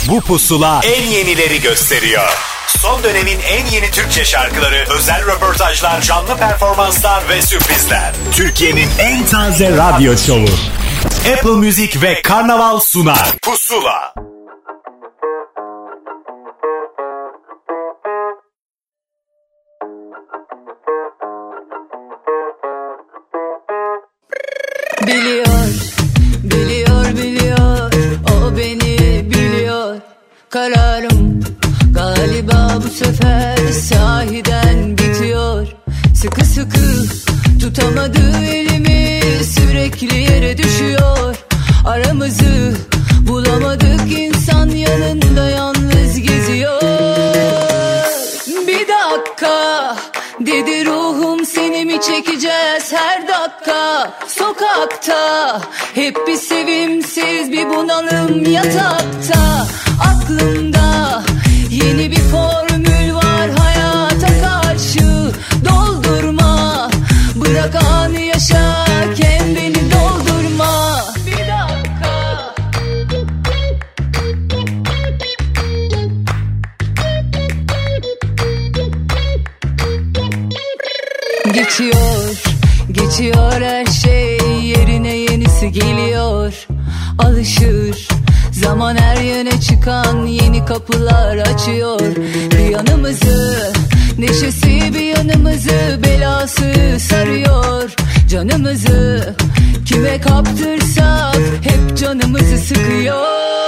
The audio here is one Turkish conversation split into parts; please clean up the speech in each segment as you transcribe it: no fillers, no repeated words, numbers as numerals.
Bu pusula en yenileri gösteriyor. Son dönemin en yeni Türkçe şarkıları, özel röportajlar, canlı performanslar ve sürprizler. Türkiye'nin en taze radyo şovu. Apple Music ve Karnaval sunar. Pusula. Biliyor, o beni biliyor. Kararım galiba bu sefer sahiden bitiyor. Sıkı sıkı tutamadı elimi, sürekli yere düşüyor. Aramızı bulamadık, insan yanında yalnız geziyor. Bir dakika dedi ruhum, seni mi çekeceğiz her dakika? Sokakta hep bir sevimsiz, bir bunalım yatakta. Aklımda yeni bir formül var hayata karşı. Doldurma, bırak anı yaşarken beni doldurma. Bir dakika. Geçiyor her şey, yerine yenisi geliyor. Alışır zaman, her yöne çıkan yeni kapılar açıyor. Bir yanımızı neşesi, bir yanımızı belası sarıyor. Canımızı kime kaptırsak hep canımızı sıkıyor.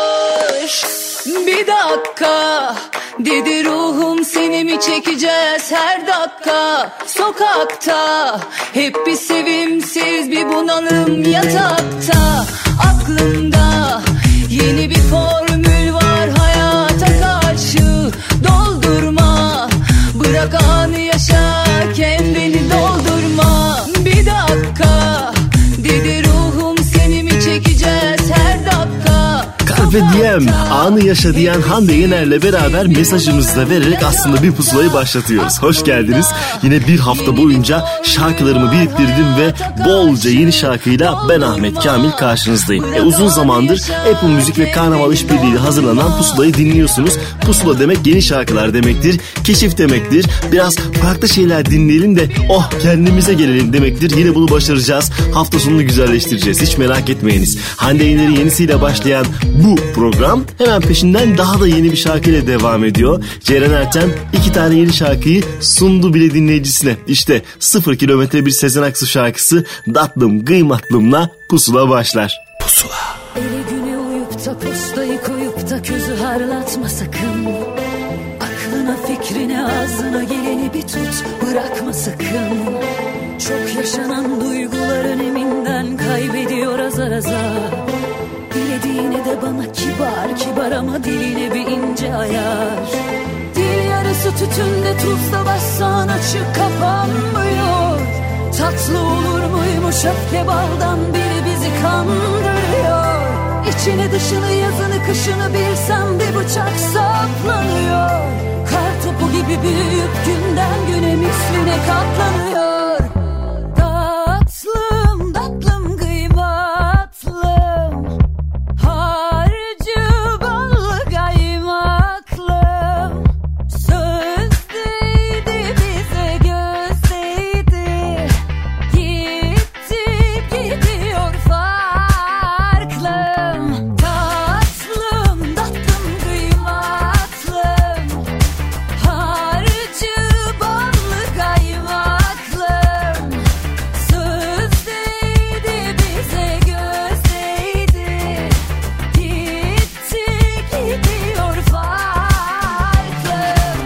Bir dakika dedi ruhum, seni mi çekeceğiz her dakika? Sokakta hep bir sevimsiz, bir bunalım yatakta. Aklımda yeni bir formül var hayata karşı. Doldurma, bırak anı yaşarken beni doldurma. Bir dakika dedi ruhum, seni mi çekeceğiz her dakika? Carpe diem, anı yaşa diyen Hande Yener'le beraber mesajımızı da vererek aslında bir pusulayı başlatıyoruz. Hoş geldiniz. Yine bir hafta boyunca şarkılarımı biriktirdim ve bolca yeni şarkıyla ben Ahmet Kamil karşınızdayım. Uzun zamandır Apple Music ve Karnaval işbirliğiyle hazırlanan pusulayı dinliyorsunuz. Pusula demek yeni şarkılar demektir, keşif demektir. Biraz farklı şeyler dinleyelim de kendimize gelelim demektir. Yine bunu başaracağız. Hafta sonunu güzelleştireceğiz. Hiç merak etmeyiniz. Hande Yener'in yenisiyle başlayan bu program hemen peşinden daha da yeni bir şarkıyla devam ediyor. Ceren Erten 2 tane yeni şarkıyı sundu bile dinleyicisine. İşte 0 kilometre bir Sezen Aksu şarkısı Datlım Kıymatlım'la Pusula başlar. Pusula. Eli güne uyup da postayı koyup da közü harlatma sakın. Aklına fikrine ağzına geleni bir tut, bırakma sakın. Çok yaşanan duygular öneminden kaybediyor azar azar. Dilediğine de bana kibar kibar ama diline bir ince ayar. Dil yarısı tütünde tuzla bassan açık kapanmıyor. Tatlı olur muymuş öfke baldan, biri bizi kandırıyor. İçini dışını yazını kışını bilsem bir bıçak saplanıyor. Kar topu gibi büyüyüp günden güne misline katlanıyor. Tatlım tatlım kıymatlım, harcı ballı kaymaklım. Söz değdi bize göz değdi, gitti gidiyor farklım. Tatlım tatlım kıymatlım, harcı ballı kaymaklım. Söz değdi bize göz değdi, gitti gidiyor farklım.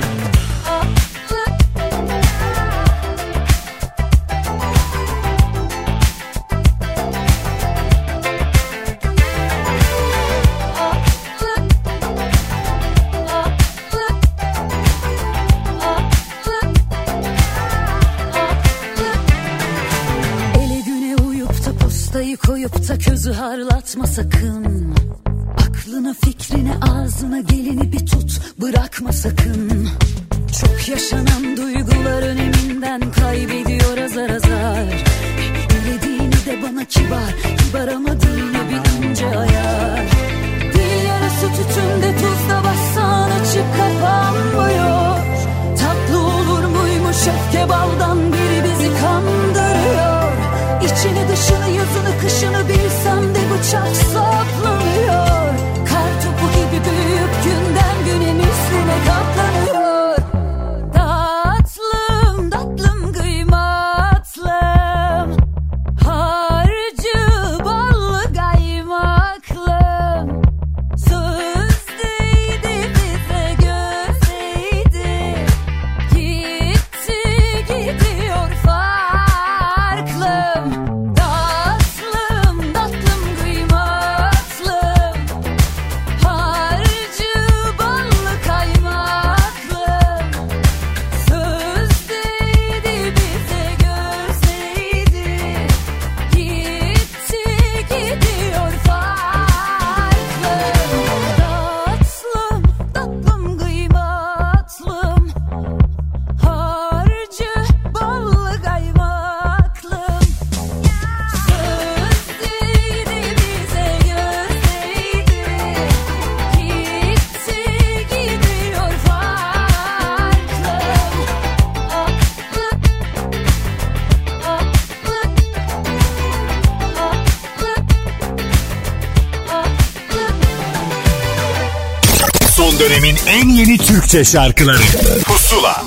Ele güne uyup da postayı koyup da közü harlatma sakın. Aklına fikrine ağzına geleni bir tut, bırakma sakın. Çok yaşanan duygular öneminden kaybediyor azar azar. Dilediğini de bana kibar kibar ama diline bir ince ayar. Dil yarısı tütünde tuz Son dönemin en yeni Türkçe şarkıları Pusula.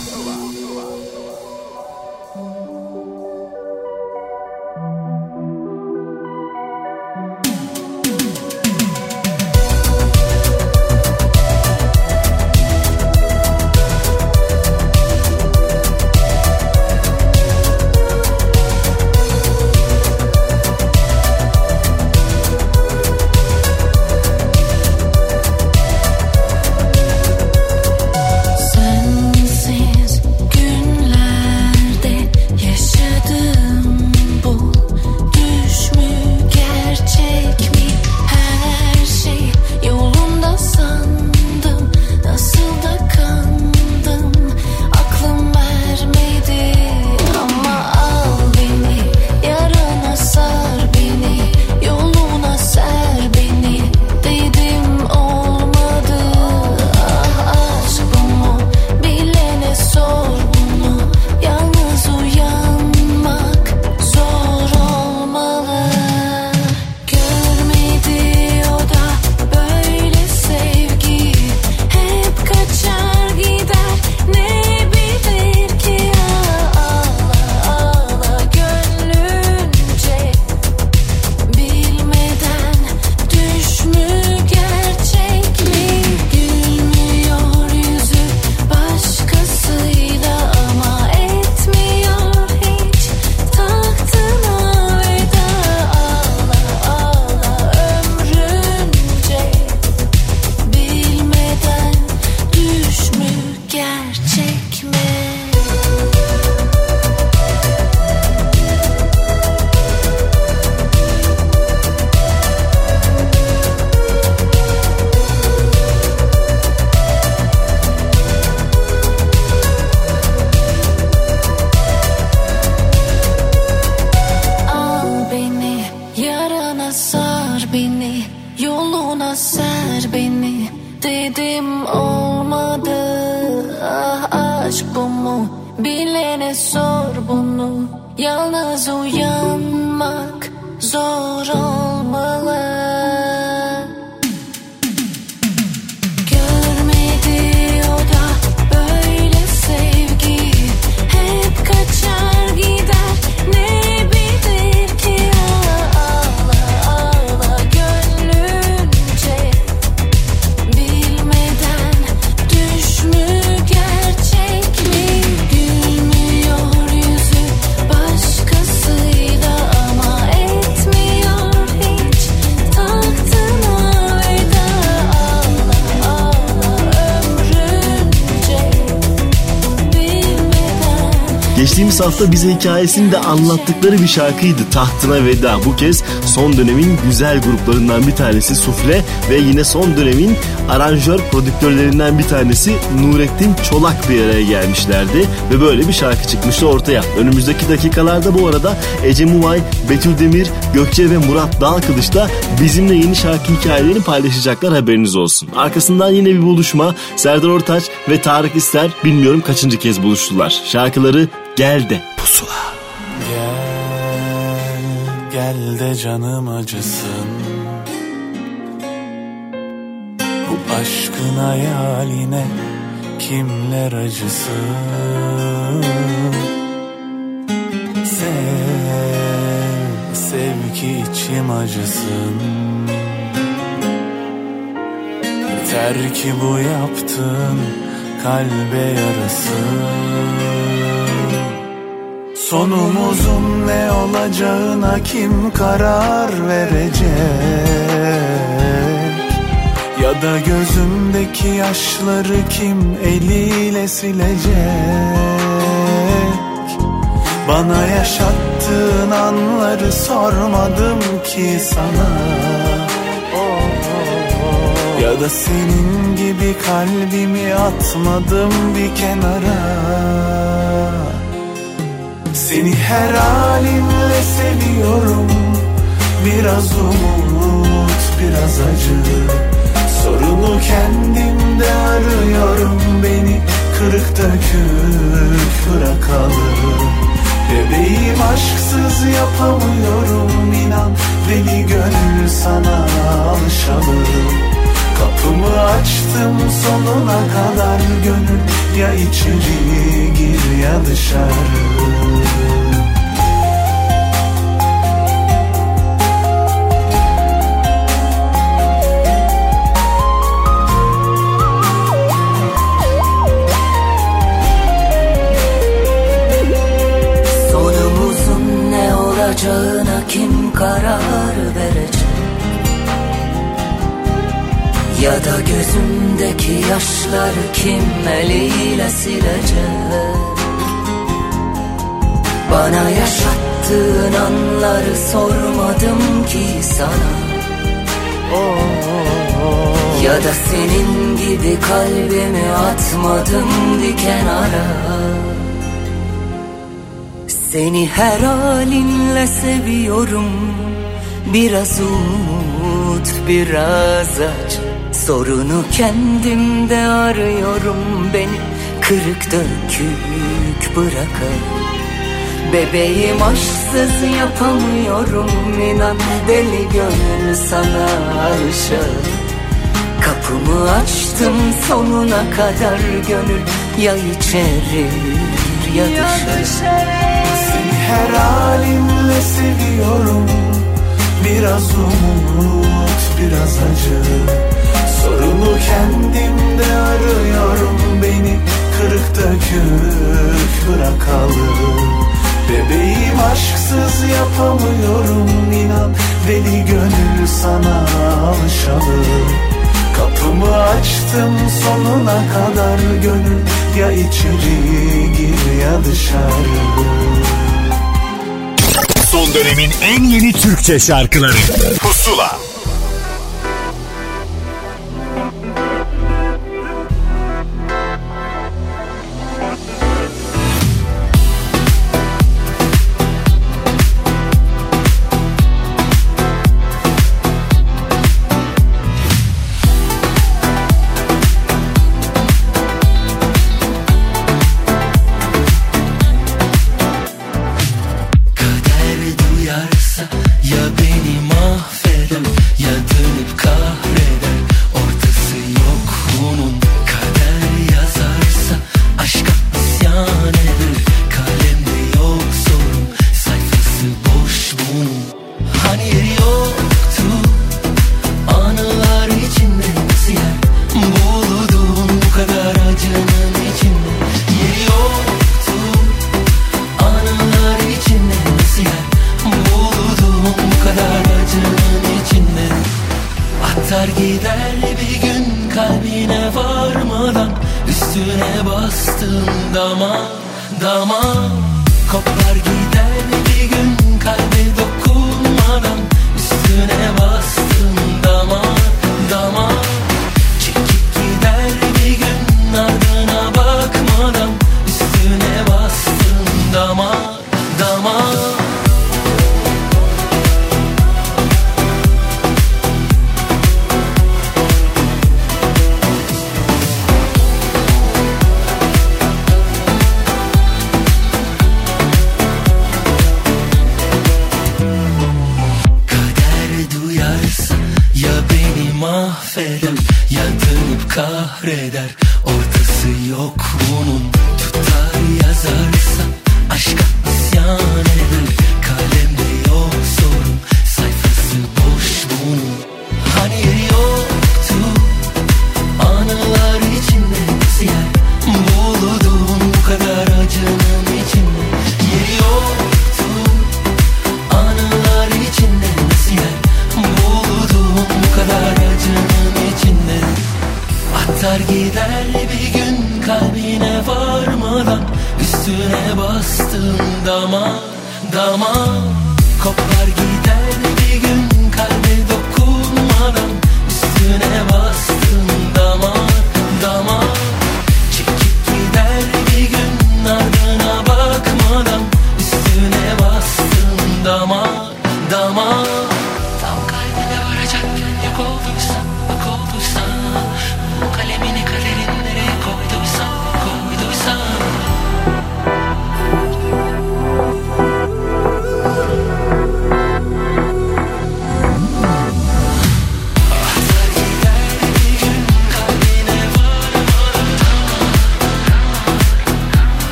Geçtiğimiz hafta bize hikayesini de anlattıkları bir şarkıydı Tahtına Veda. Bu kez son dönemin güzel gruplarından bir tanesi Sufle ve yine son dönemin aranjör prodüktörlerinden bir tanesi Nurettin Çolak bir araya gelmişlerdi ve böyle bir şarkı çıkmıştı ortaya. Önümüzdeki dakikalarda bu arada Ece Muvay, Betül Demir, Gökçe ve Murat Dalkılıç da bizimle yeni şarkı hikayelerini paylaşacaklar, haberiniz olsun. Arkasından yine bir buluşma, Serdar Ortaç ve Tarık İster bilmiyorum kaçıncı kez buluştular. Şarkıları Gel de Pusula. Gel de canım acısın, bu aşkın hayaline kimler acısın. Sev ki içim acısın, yeter ki bu yaptığın kalbe yarasın. Sonumuzun ne olacağına kim karar verecek? Ya da gözümdeki yaşları kim eliyle silecek? Bana yaşattığın anları sormadım ki sana. Ya da senin gibi kalbimi atmadım bir kenara. Seni her halimle seviyorum, biraz umut, biraz acı. Sorunu kendimde arıyorum, beni kırık dökük bırakalı. Bebeğim aşksız yapamıyorum, inan deli gönül sana alışalım. Kapımı açtım sonuna kadar gönül. Ya içeri gir ya dışarı. Sonumuzun ne olacağına kim karar verecek? Ya da gözümdeki yaşları kim eliyle silecek? Bana yaşattığın anları sormadım ki sana. Ya da senin gibi kalbimi atmadım bir kenara. Seni her halinle seviyorum. Biraz umut, biraz acı. Sorunu kendimde arıyorum. Beni kırık dökük bırakan. Bebeğim aşksız yapamıyorum. İnan deli gönül sana alışan. Kapımı açtım sonuna kadar gönül. Ya içeri ya dışarı. Seni her halimle seviyorum. Biraz umut, biraz acı. Sorunu kendimde arıyorum. Beni kırık dökük bırakalım. Bebeğim aşksız yapamıyorum. İnan deli gönül sana alışalım. Kapımı açtım sonuna kadar gönül. Ya içeri gir ya dışarı. Son dönemin en yeni Türkçe şarkıları Pusula.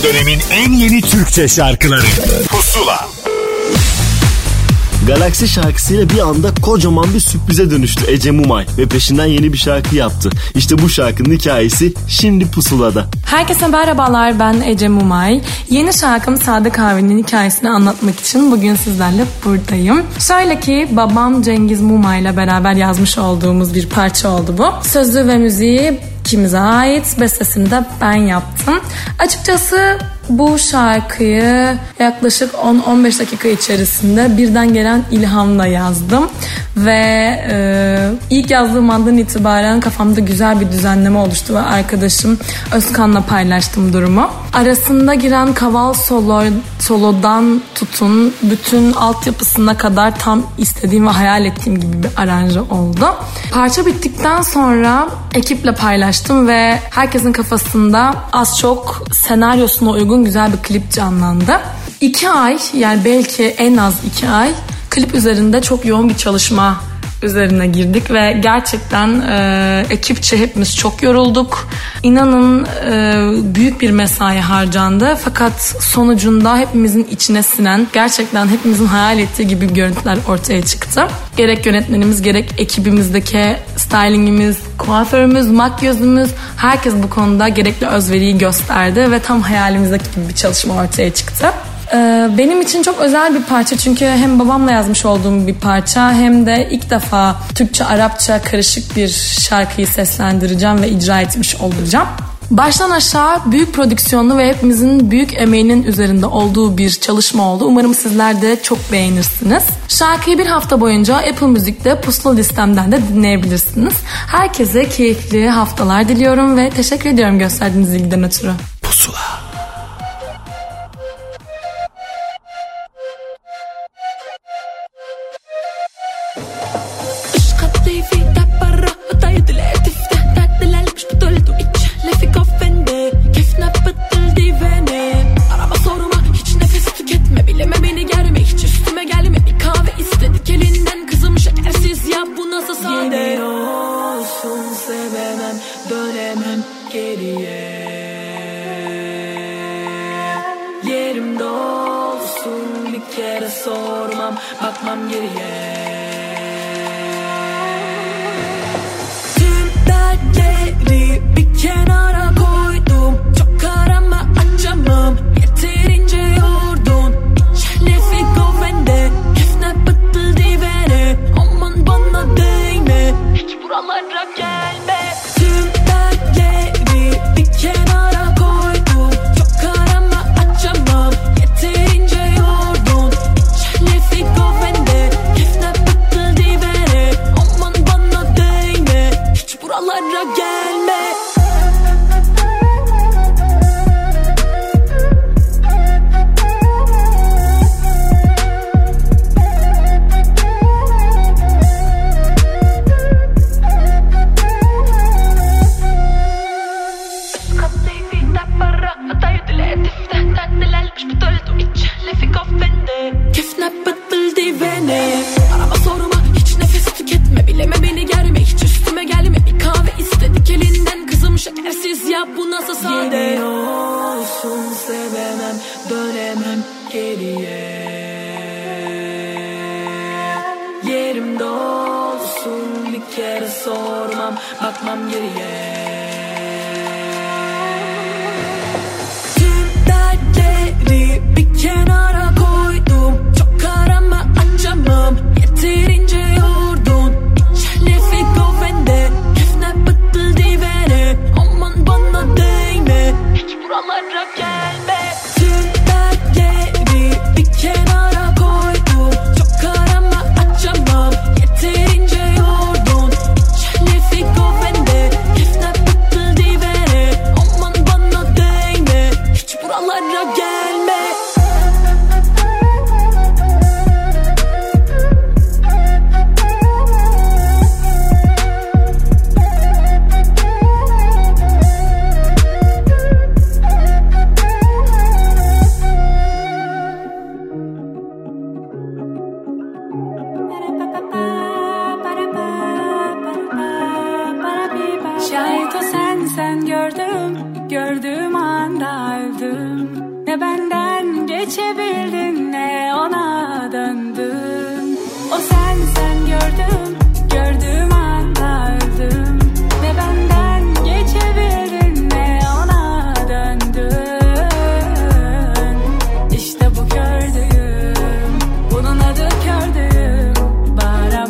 dönemin en yeni Türkçe şarkıları Pusula. Galaksi şarkısıyla bir anda kocaman bir sürprize dönüştü Ece Mumay ve peşinden yeni bir şarkı yaptı. İşte bu şarkının hikayesi şimdi Pusula'da. Herkese merhabalar, ben Ece Mumay. Yeni şarkım Sade Kahve'nin hikayesini anlatmak için bugün sizlerle buradayım. Şöyle ki babam Cengiz Mumay ile beraber yazmış olduğumuz bir parça oldu bu. Sözü ve müziği ikimize ait, bestesini de ben yaptım. Açıkçası bu şarkıyı yaklaşık 10-15 dakika içerisinde birden gelen ilhamla yazdım ve ilk yazdığım andan itibaren kafamda güzel bir düzenleme oluştu ve arkadaşım Özkan'la paylaştım durumu. Arasında giren kaval solodan tutun bütün altyapısına kadar tam istediğim ve hayal ettiğim gibi bir aranje oldu. Parça bittikten sonra ekiple paylaştım ve herkesin kafasında az çok senaryosuna uygun güzel bir klip canlandı. 2 ay, yani belki en az 2 ay klip üzerinde çok yoğun bir çalışma üzerine girdik ve gerçekten ekipçe hepimiz çok yorulduk. İnanın büyük bir mesai harcandı fakat sonucunda hepimizin içine sinen, gerçekten hepimizin hayal ettiği gibi görüntüler ortaya çıktı. Gerek yönetmenimiz, gerek ekibimizdeki stylingimiz, kuaförümüz, makyözümüz, herkes bu konuda gerekli özveriyi gösterdi ve tam hayalimizdeki gibi bir çalışma ortaya çıktı. Benim için çok özel bir parça çünkü hem babamla yazmış olduğum bir parça hem de ilk defa Türkçe-Arapça karışık bir şarkıyı seslendireceğim ve icra etmiş olacağım. Baştan aşağı büyük prodüksiyonlu ve hepimizin büyük emeğinin üzerinde olduğu bir çalışma oldu. Umarım sizler de çok beğenirsiniz. Şarkıyı bir hafta boyunca Apple Music'te Pusula listemden de dinleyebilirsiniz. Herkese keyifli haftalar diliyorum ve teşekkür ediyorum gösterdiğiniz ilgiden ötürü. Pusula. Bakmam geriye. Tüm dertleri bir kenara koydum. Çok arama açamam. Yeterince yordun. İçerle figo bende. Kefne bıttı divene. Aman bana değme. Hiç buralara gelme. Tüm dertleri bir kenara koydum. Çok arama açamam. Yeterince yordun. İçerle figo bende. Kefne bıttı divene. Aman bana değme. Hiç buralara gelme. Kefne bıttı divene. Arama sorma hiç nefes tüketme. Bileme beni germe hiç üstüme gelme. Bir kahve istedik elinden kızım şekersiz ya bu nasıl sade. Yeni olsun sevemem dönemem geriye. Yerimde olsun bir kere sormam bakmam geriye. Tüm dertleri bir kenara koydum. Çok arama açamam. Yeterince yordun. İçerle figo bende. Kefne bıttı divene. Aman bana değme. Hiç buralara gelme. Tüm dertleri bir kenara koydum. Çok arama açamam. Yeterince yordun. İçerle figo bende. Kefne bıttı divene. Aman bana değme. Hiç buralara gelme. Şayet o sen gördüm, gördüğüm anda öldüm. geçebildin ne ona döndün. O sen gördüm, gördüğüm anda öldüm. Ne benden geçebildin ne ona döndün. İşte bu gördüğüm, bunun adı kördüğüm Baram.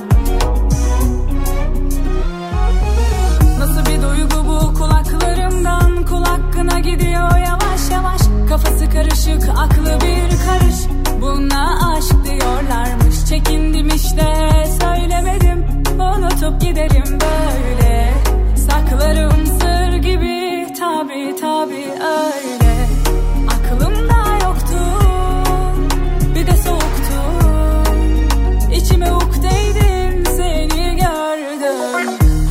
Nasıl bir duygu bu, kulaklarımdan kul hakkına gidiyor yavaş yavaş. Kafası karışık, aklı bir karış. Buna aşk diyorlarmış. Çekindim işte, söylemedim. Unutup giderim böyle. Saklarım sır gibi, tabi öyle. Aklımda yoktun, bir de soğuktun. İçime ukdeydin, seni gördüm.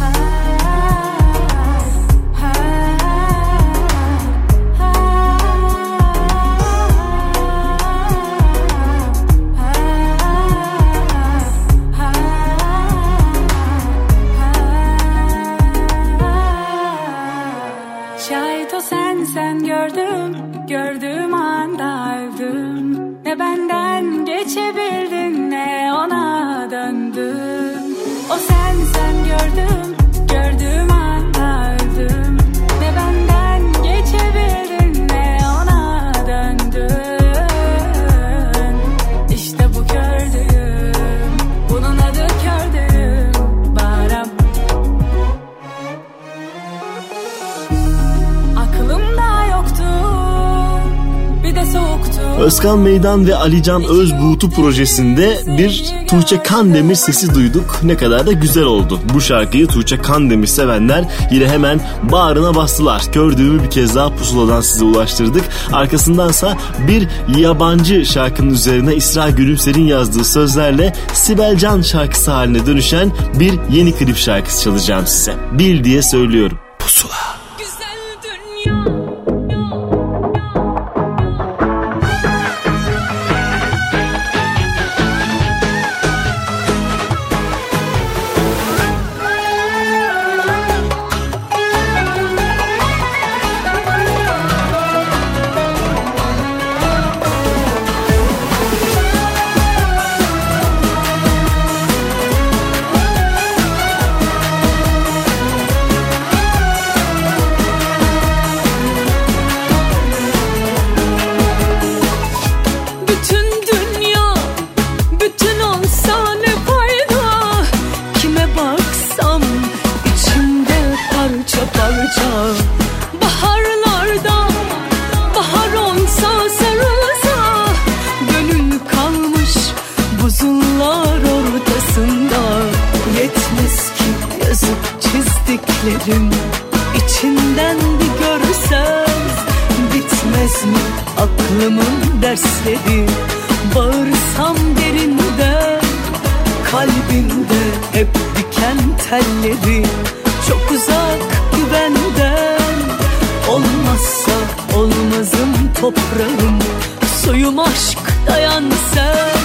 Şahit o sen gördüm, gördüğüm anda öldüm. Ne benden geçebildin ne ona döndün. O sen gördüm, gördüğüm anda öldüm. Ne benden geçebildin ne ona döndün. İşte bu gördüğüm, bunun adı kördüğüm Baram. Aklımda yoktun, bir de soğuktun. Özkan Meydan ve Alican Özbuğut'u projesinde bir Tuğçe Kandemir sesi duyduk. Ne kadar da güzel oldu. Bu şarkıyı Tuğçe Kandemir sevenler yine hemen bağrına bastılar. Gördüğümü bir kez daha pusuladan size ulaştırdık. Arkasındansa bir yabancı şarkının üzerine İsra Gülümser'in yazdığı sözlerle Sibel Can şarkısı haline dönüşen bir yeni klip şarkısı çalacağım size. Bil diye söylüyorum. Pusula. Güzel dünya. Bütün dünya, bütün olsa ne fayda? Kime baksam içimde parça parça. Baharlarda bahar olsa sarılsa, gönül kalmış buzullar ortasında. Yetmez ki yazıp çizdiklerim, içinden bir görsen. Bitmez mi aklımın dersleri? Bağırsam derinden, kalbimde hep diken telleri. Çok uzak güvenden, olmazsa olmazım toprağım. Suyum aşk, dayan sen.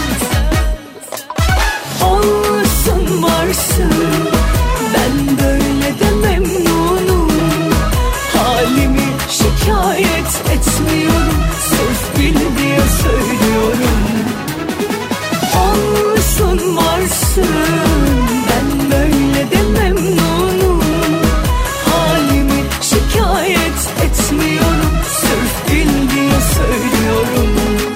Olsun varsın, ben böyle de memnunum. Halimi şikayet etmiyorum, sırf bil diye söylüyorum. Olsun varsın, ben böyle de memnunum. Halimi şikayet etmiyorum, sırf bil diye söylüyorum.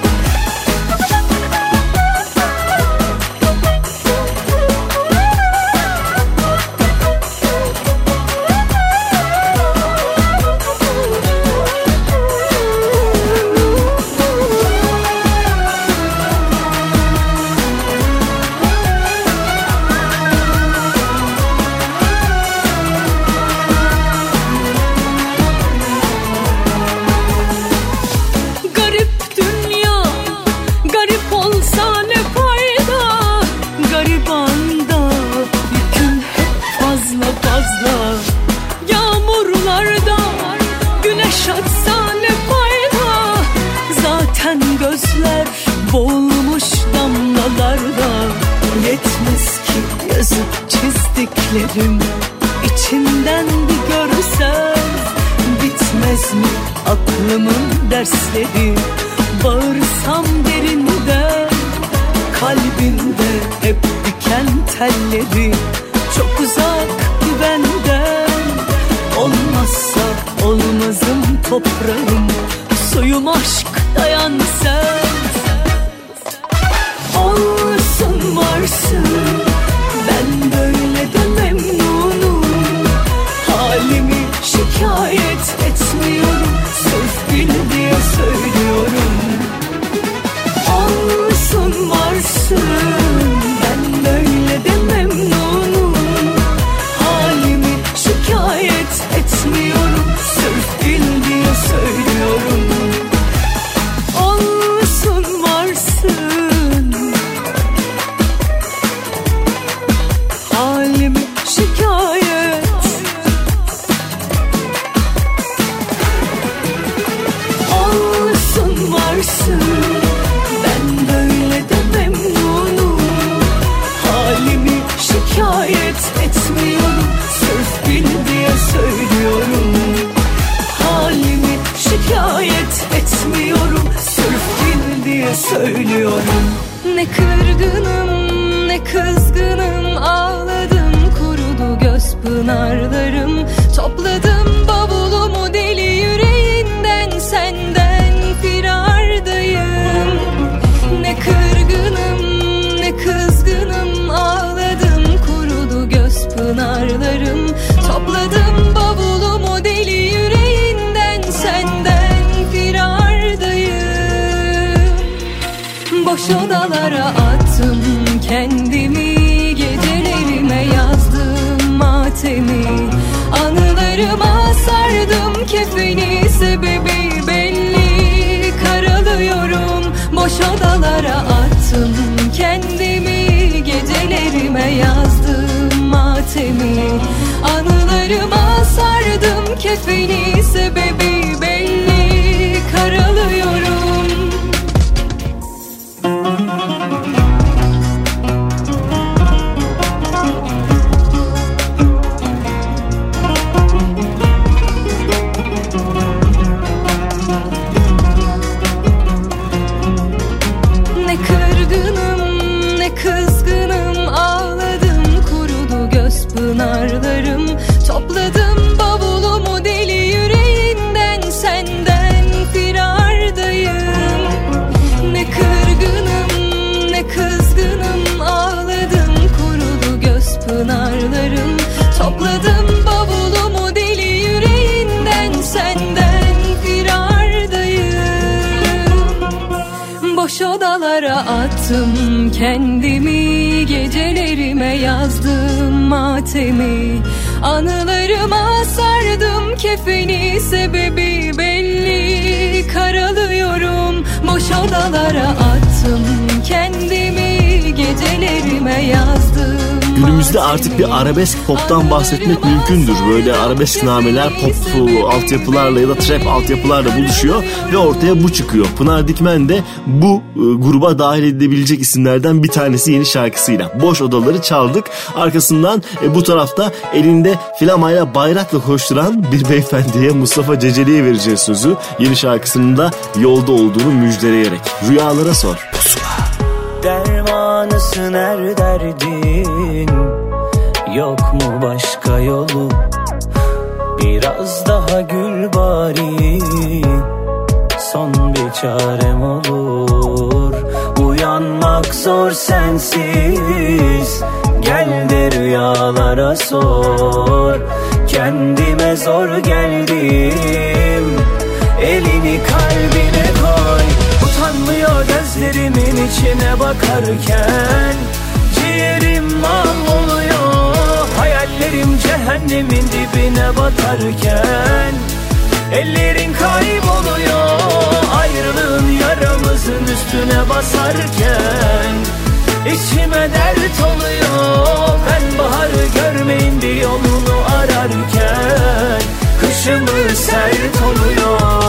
Garip dünya, garip olsa ne fayda? Garibanda yükün hep fazla fazla. Yağmurlarda güneş atsa ne fayda? Zaten gözler boğulmuş damlalarda. Yetmez ki yazıp çizdiklerim, içinden bir görsen. Bitmez mi aklımın dersleri? bağırsam derinden, kalbimde hep diken telleri, çok uzak benden. Olmazsa olmazım toprağım, suyum aşk dayan sen. Olsun varsın, ben böyle de memnunum. Halimi şikayet etmiyorum, sırf bil diye söylüyorum. Olsun varsın, ben böyle de memnunum. Halimi şikayet etmiyorum, sırf bil diye söylüyorum. Olsun varsın, halimi şikayet. Olsun varsın, ben böyle de memnunum. Halimi şikayet etmiyorum, sırf bil diye söylüyorum. Halimi şikayet etmiyorum, sırf bil diye söylüyorum. Ne kırgınım ne kızgınım, ağladım kurudu göz pınarlarım. Topladım bavulumu deli yüreğinden, senden firardayım. Ne kırgınım ne kızgınım, ağladım kurudu göz pınarlarım. Topladım bavulumu deli yüreğinden, senden firardayım. Boş odalara attım kendimi, gecelerime yazdım matemi. Anılarıma sardım kefeni, sebebi belli, karalıyorum. Boş odalara attım kendimi, gecelerime yazdım matemi. Anılarıma sardım kefeni, sebebi belli, karalıyorum. Ne kırgınım ne kızgınım, ağladım kurudu göz pınarlarım. Topladım bavulumu deli yüreğinden, senden firardayım. Ne kırgınım ne kızgınım, ağladım kurudu göz pınarlarım. Topladım bavulumu deli yüreğinden, senden firardayım. Boş odalara attım kendimi, gecelerime yazdım matemi. Anılarıma sardım kefeni, sebebi belli, karalıyorum. Boş odalara attım kendimi, gecelerime yazdım. Günümüzde artık bir arabesk pop'tan bahsetmek mümkündür. Böyle arabesk nameler pop altyapılarla ya da trap altyapılarla buluşuyor ve ortaya bu çıkıyor. Pınar Dikmen de bu gruba dahil edilebilecek isimlerden bir tanesi yeni şarkısıyla. Boş odaları çaldık. Arkasından bu tarafta elinde flamayla bayrakla koşturan bir beyefendiye, Mustafa Ceceli'ye vereceğiz sözü. Yeni şarkısının da yolda olduğunu müjdeleyerek. Rüyalara sor. Dermanısın her derdin, yok mu başka yolu? Biraz daha gül bari, son bir çarem olur. Uyanmak zor sensiz, gel de rüyalara sor. Kendime zor geldim, elini kalbine koy. Utanmıyor gözlerimin içine bakarken, ciğerim mahvoluyor. Hayallerim cehennemin dibine batarken, ellerin kayboluyor. Ayrılığın yaramızın üstüne basarken, içime dert oluyor. Ben baharı görmeyin bir yolunu ararken, kışımı sert oluyor.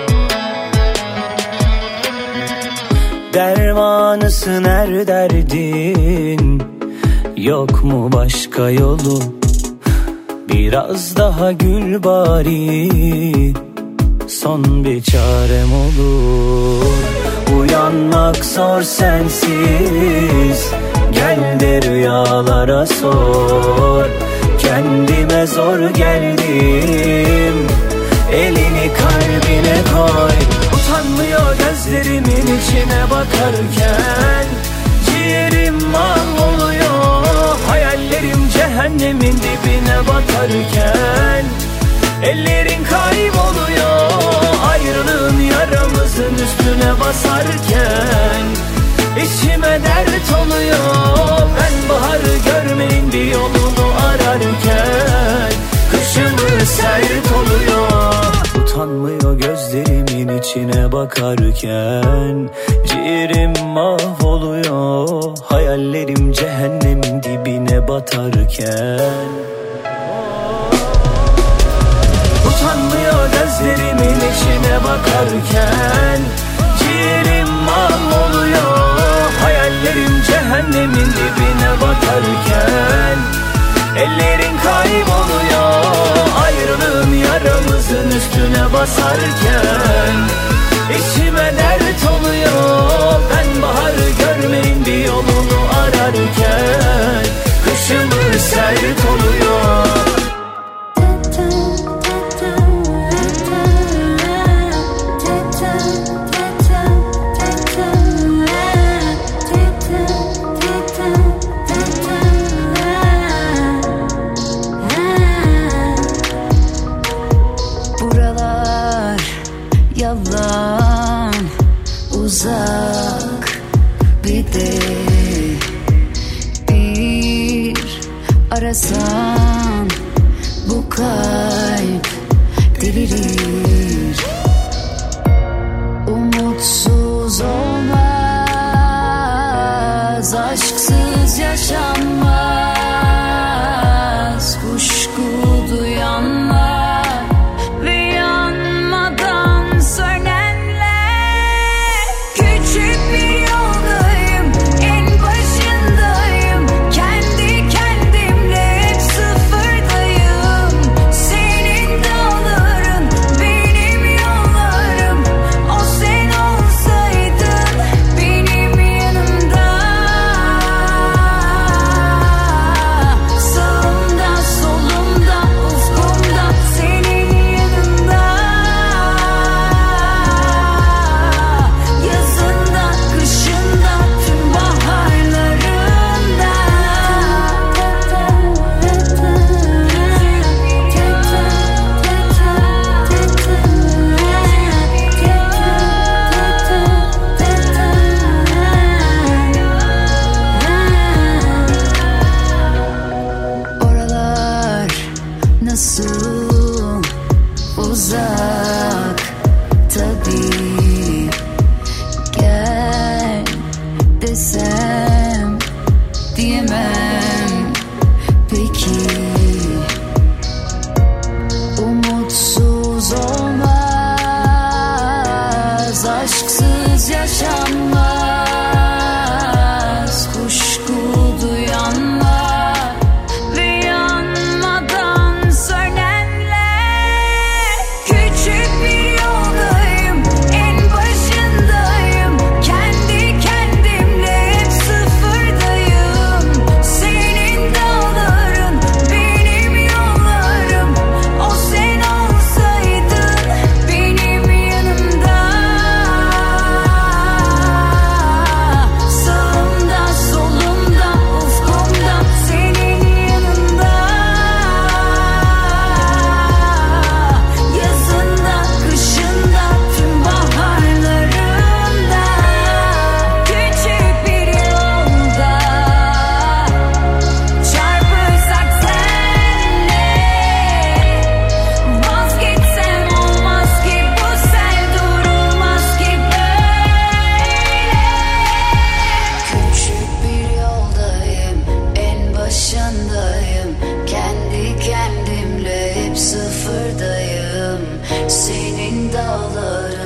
Dermanısın her derdin, derdin, yok mu başka yolu? Biraz daha gül bari, son bir çarem olur. Uyanmak zor sensiz, gel de rüyalara sor. Kendime zor geldim, elini kalbine koy. Utanmıyor gözlerimin içine bakarken, ciğerim mahvoluyor. Hayallerim cehennemin dibine batarken, ellerin kayboluyor. Ayrılığın yaramızın üstüne basarken, içime dert oluyor. Ben baharı görmenin bir yolunu ararken, kışımı sert oluyor. Utanmıyor gözlerimin içine bakarken, ciğerim mahvoluyor. Hayallerim cehennemin dibine batarken. Utanmıyor gözlerimin içine bakarken, ciğerim mahvoluyor. Hayallerim cehennemin dibine batarken, ellerin kayboluyor. Ayrılığın yaramızın üstüne basarken, içime dert oluyor. Ben baharı görmeyin bir yolunu ararken, kışımı sert oluyor. Uzak bir de bir arasan, bu kalp delirir. Umutsuz olmaz, aşksız yaşanmaz. Kuşku duyanlar ve yanmadan sönen.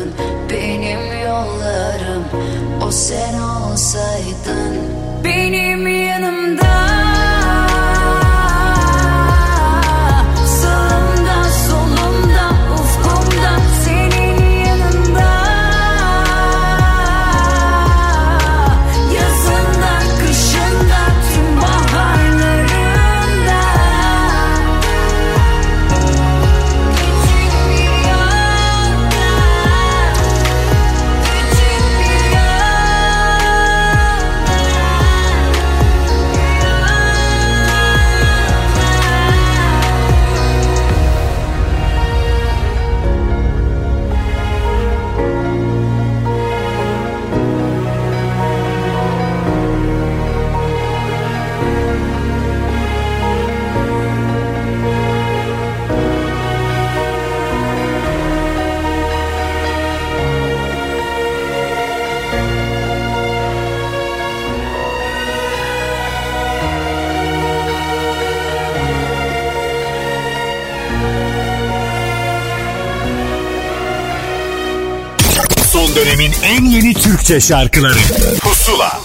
sen olsaydın benim Son dönemin en yeni Türkçe şarkıları Pusula.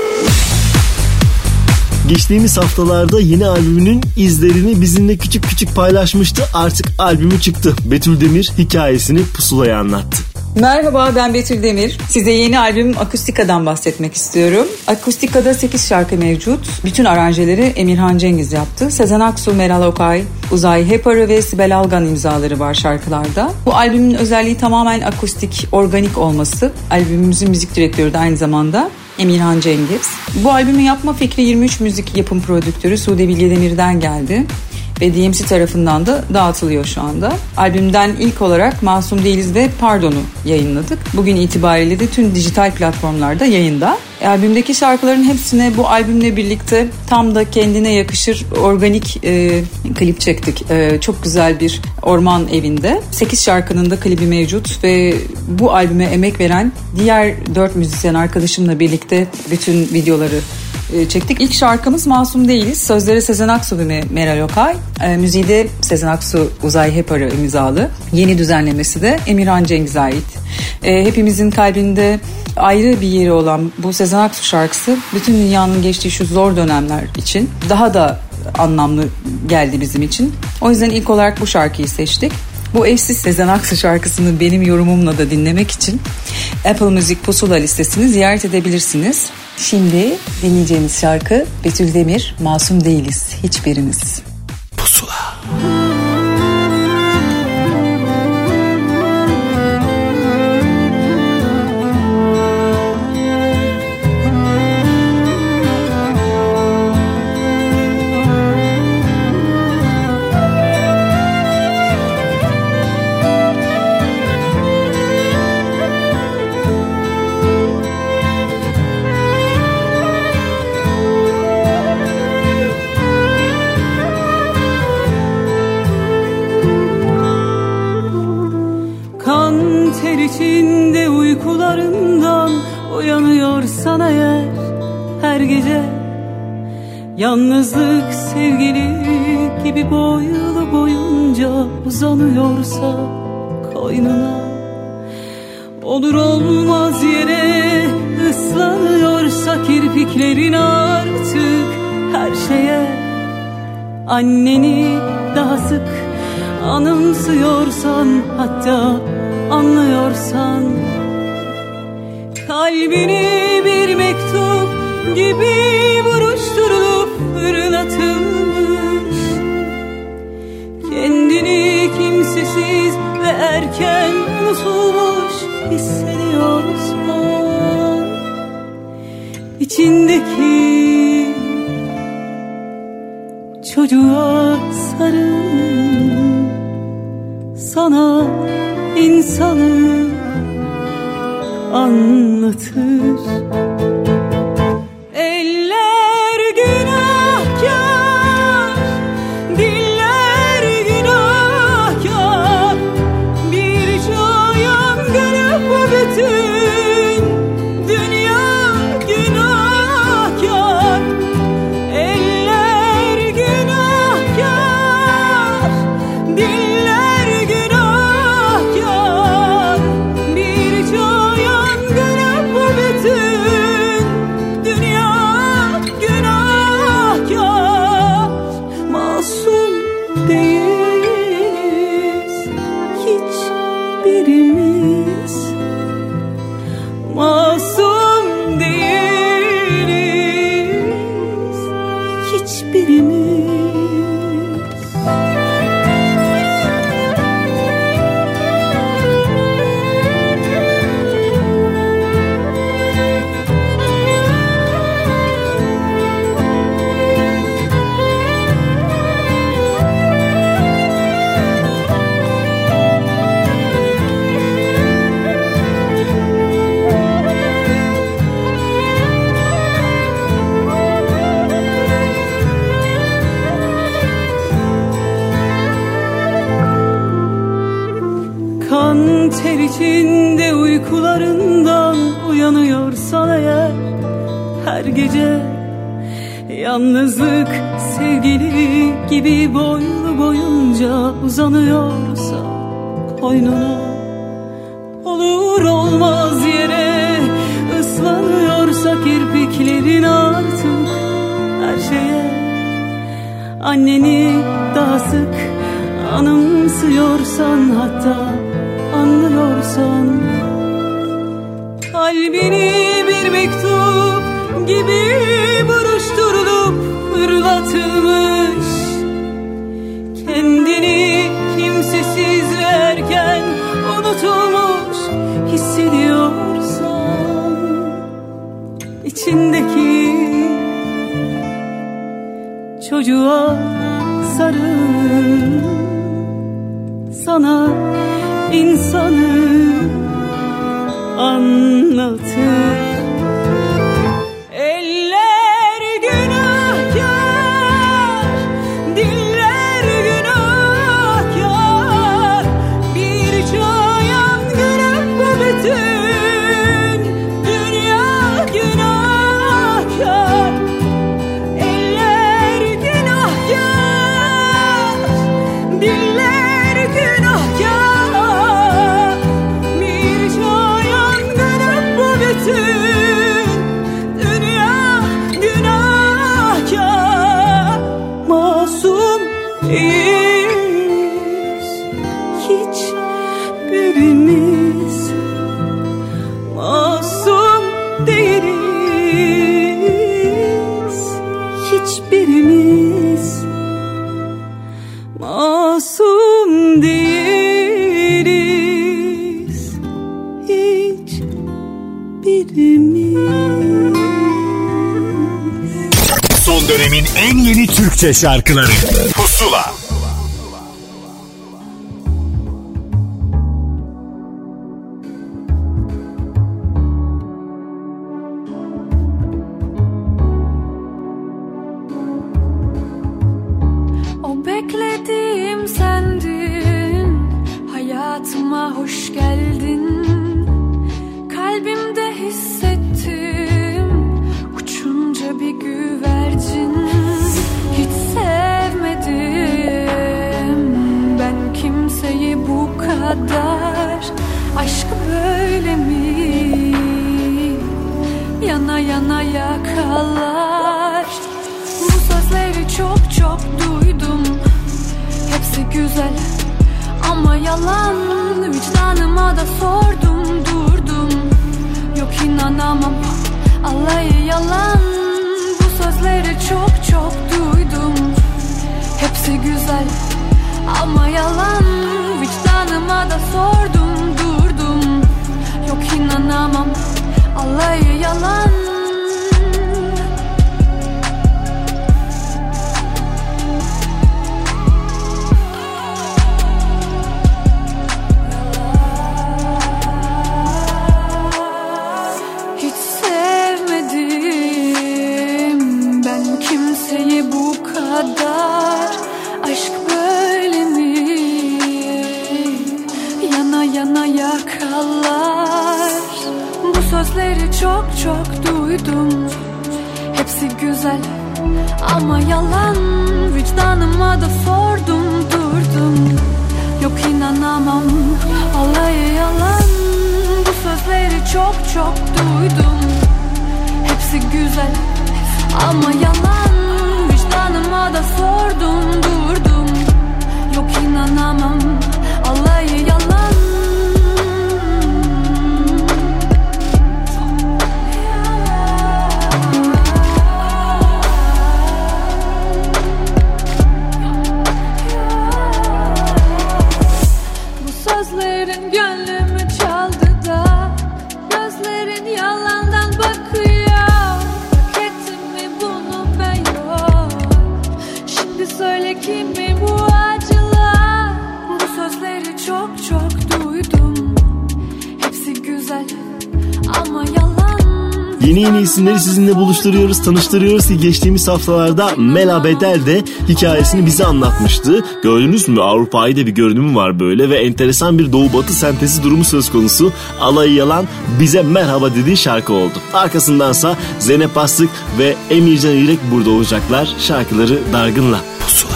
Geçtiğimiz haftalarda yeni albümünün izlerini bizimle küçük küçük paylaşmıştı. Artık albümü çıktı. Betül Demir hikayesini Pusula'ya anlattı. Merhaba, ben Betül Demir. Size yeni albüm Akustika'dan bahsetmek istiyorum. Akustika'da 8 şarkı mevcut. Bütün aranjeleri Emirhan Cengiz yaptı. Sezen Aksu, Meral Okay, Uzay Heparı ve Sibel Algan imzaları var şarkılarda. Bu albümün özelliği tamamen akustik, organik olması. Albümümüzün müzik direktörü de aynı zamanda Emirhan Cengiz. Bu albümü yapma fikri 23 müzik yapım prodüktörü Sude Bilge Demir'den geldi ve DMC tarafından da dağıtılıyor şu anda. Albümden ilk olarak Masum Değiliz ve Pardon'u yayınladık. Bugün itibariyle de tüm dijital platformlarda yayında. Albümdeki şarkıların hepsine bu albümle birlikte tam da kendine yakışır organik klip çektik. Çok güzel bir orman evinde. 8 şarkının da klibi mevcut ve bu albüme emek veren diğer 4 müzisyen arkadaşımla birlikte bütün videoları çektik. İlk şarkımız Masum Değiliz. Sözleri Sezen Aksu ve Meral Okay. Müziği de Sezen Aksu, Uzay Heparı imzalı. Yeni düzenlemesi de Emirhan Cengiz'e ait. Hepimizin kalbinde ayrı bir yeri olan bu Sezen Aksu şarkısı bütün dünyanın geçtiği şu zor dönemler için daha da anlamlı geldi bizim için. O yüzden ilk olarak bu şarkıyı seçtik. Bu eşsiz Sezen Aksu şarkısını benim yorumumla da dinlemek için Apple Music Pusula listesini ziyaret edebilirsiniz. Şimdi dinleyeceğimiz şarkı Betül Demir, Masum Değiliz Hiçbirimiz. Pusula. içinde uykularından uyanıyorsan eğer her gece, yalnızlık sevgili gibi boylu boyunca uzanıyorsa koynuna, olur olmaz yere ıslanıyorsa kirpiklerin artık her şeye, anneni daha sık anımsıyorsan, hatta anlıyorsan, kalbini bir mektup gibi buruşturulup fırlatılmış, kendini kimsesiz ve erken unutulmuş hissediyorsan, içindeki çocuğa sarıl, sana insanı anlatır. Eller günahkar, diller günahkar, birçok yangını bu bütün dünya günahkar. Eller günahkar, diller günahkar, birçok yangını bu bütün dünya günahkar. Masum değiliz hiçbirimiz, masum değiliz hiçbirimiz. Kan ter içinde uykularından uyanıyorsan eğer her gece, yalnızlık sevgili gibi boylu boyunca uzanıyorsa koynuna, Olur olmaz yere ıslanıyorsa kirpiklerin artık her şeye. Anneni daha sık anımsıyorsan, hatta anlıyorsan, kalbini bir mektup gibi buruşturulup fırlatılmış, kendini kimsesiz ve erken unutulmuş hissediyorsan, içindeki çocuğa sarıl, sana insanı anlatır. Eller günahkar, diller günahkar, bir çay yangını bu bütün dünya günahkar. Eller günahkar, diller günahkar, bir çay yangını bu bütün dünya günahkar. Masum değiliz hiçbirimiz, masum değiliz hiçbirimiz, masum değiliz hiçbirimiz. Son dönemin en yeni Türkçe şarkıları Pusula. O beklediğim sendin, hayatıma hoş geldin. Kalbimde hissettim uçunca bir güvercin. Hiç sevmedim ben kimseyi bu kadar. Aşk böyle mi? Yana yana yakalar. Bu sözleri çok çok duydum, hepsi güzel ama yalan. Vicdanıma da sordum durdum, yok inanamam, alayı yalan. Bu sözleri çok çok duydum, hepsi güzel ama yalan. Vicdanıma da sordum durdum, yok inanamam, alayı yalan. Hiç sevmedim ben kimseyi bu kadar. Aşk böyle mi? Yana yana yakalar. Bu sözleri çok çok duydum, hepsi güzel ama yalan. Vicdanıma da sordum durdum, yok inanamam, alayı yalan. Bu sözleri çok çok duydum, hepsi güzel ama yalan. Vicdanıma da sordum durdum, yok inanamam, alayı yalan. Bu sözlerin gönlümü çaldı da gözlerin yalandan bakıyor. Hak ettim mi bunu ben, yok. Şimdi söyle kim mi bu acılar? Bu sözleri çok çok duydum, hepsi güzel ama yalan. Yeni isimleri sizinle buluşturuyoruz, tanıştırıyoruz ki geçtiğimiz haftalarda Mela Bedel de hikayesini bize anlatmıştı. Gördünüz mü? Avrupa'yı da bir görünümü var böyle ve enteresan bir doğu batı sentezi durumu söz konusu. Alayı yalan bize merhaba dediği şarkı oldu. Arkasındansa Zeynep Bastık ve Emircan İrek burada olacaklar. Şarkıları Dargın'la. Pusula.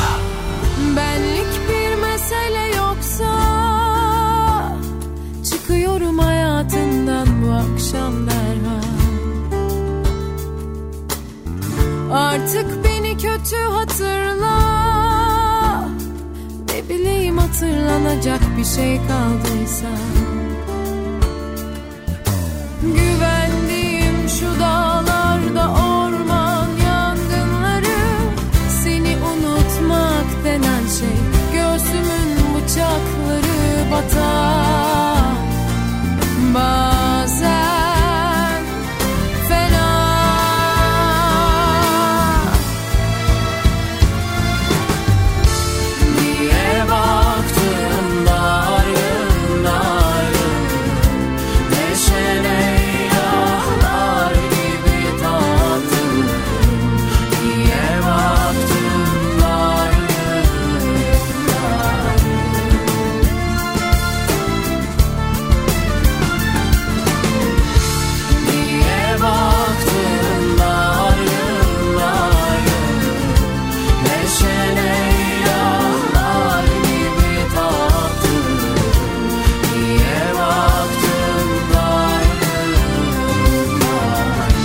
Benlik bir mesele yoksa çıkıyorum ayağa. hatırlanacak bir şey kaldıysa. Güvendiğim şu dağlarda orman yangınları, seni unutmak denen şey göğsümün bıçakları batar bazen fena. Niye baktın darın darın, neşene yağlar gibi tattın. Niye baktın darın darın. Niye baktın darın darın, neşene yağlar gibi tattın. Niye baktın darın darın.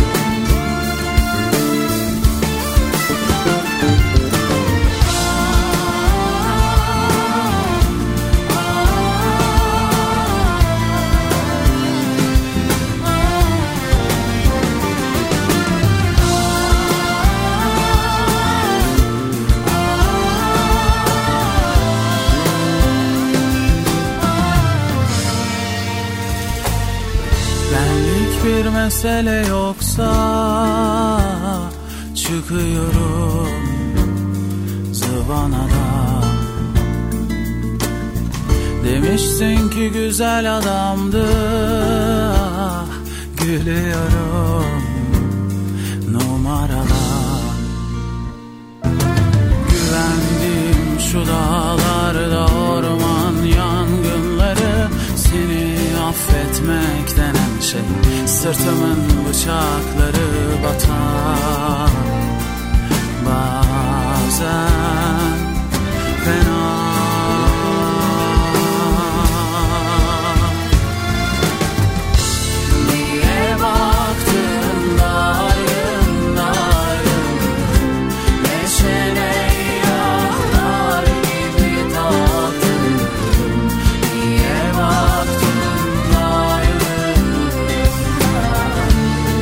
Benlik bir mesele yoksa çıkıyorum zıvanadan. Demiştin ki güzel adamdı, ah, gülüyorum numaradan. Güvendiğim şu dağlarda orman yangınları, seni affetmek denen şey sırtımın bıçakları batar bazen fena. Niye baktın darın darın, neşene yağlar gibi tattın. Niye baktın darın darın.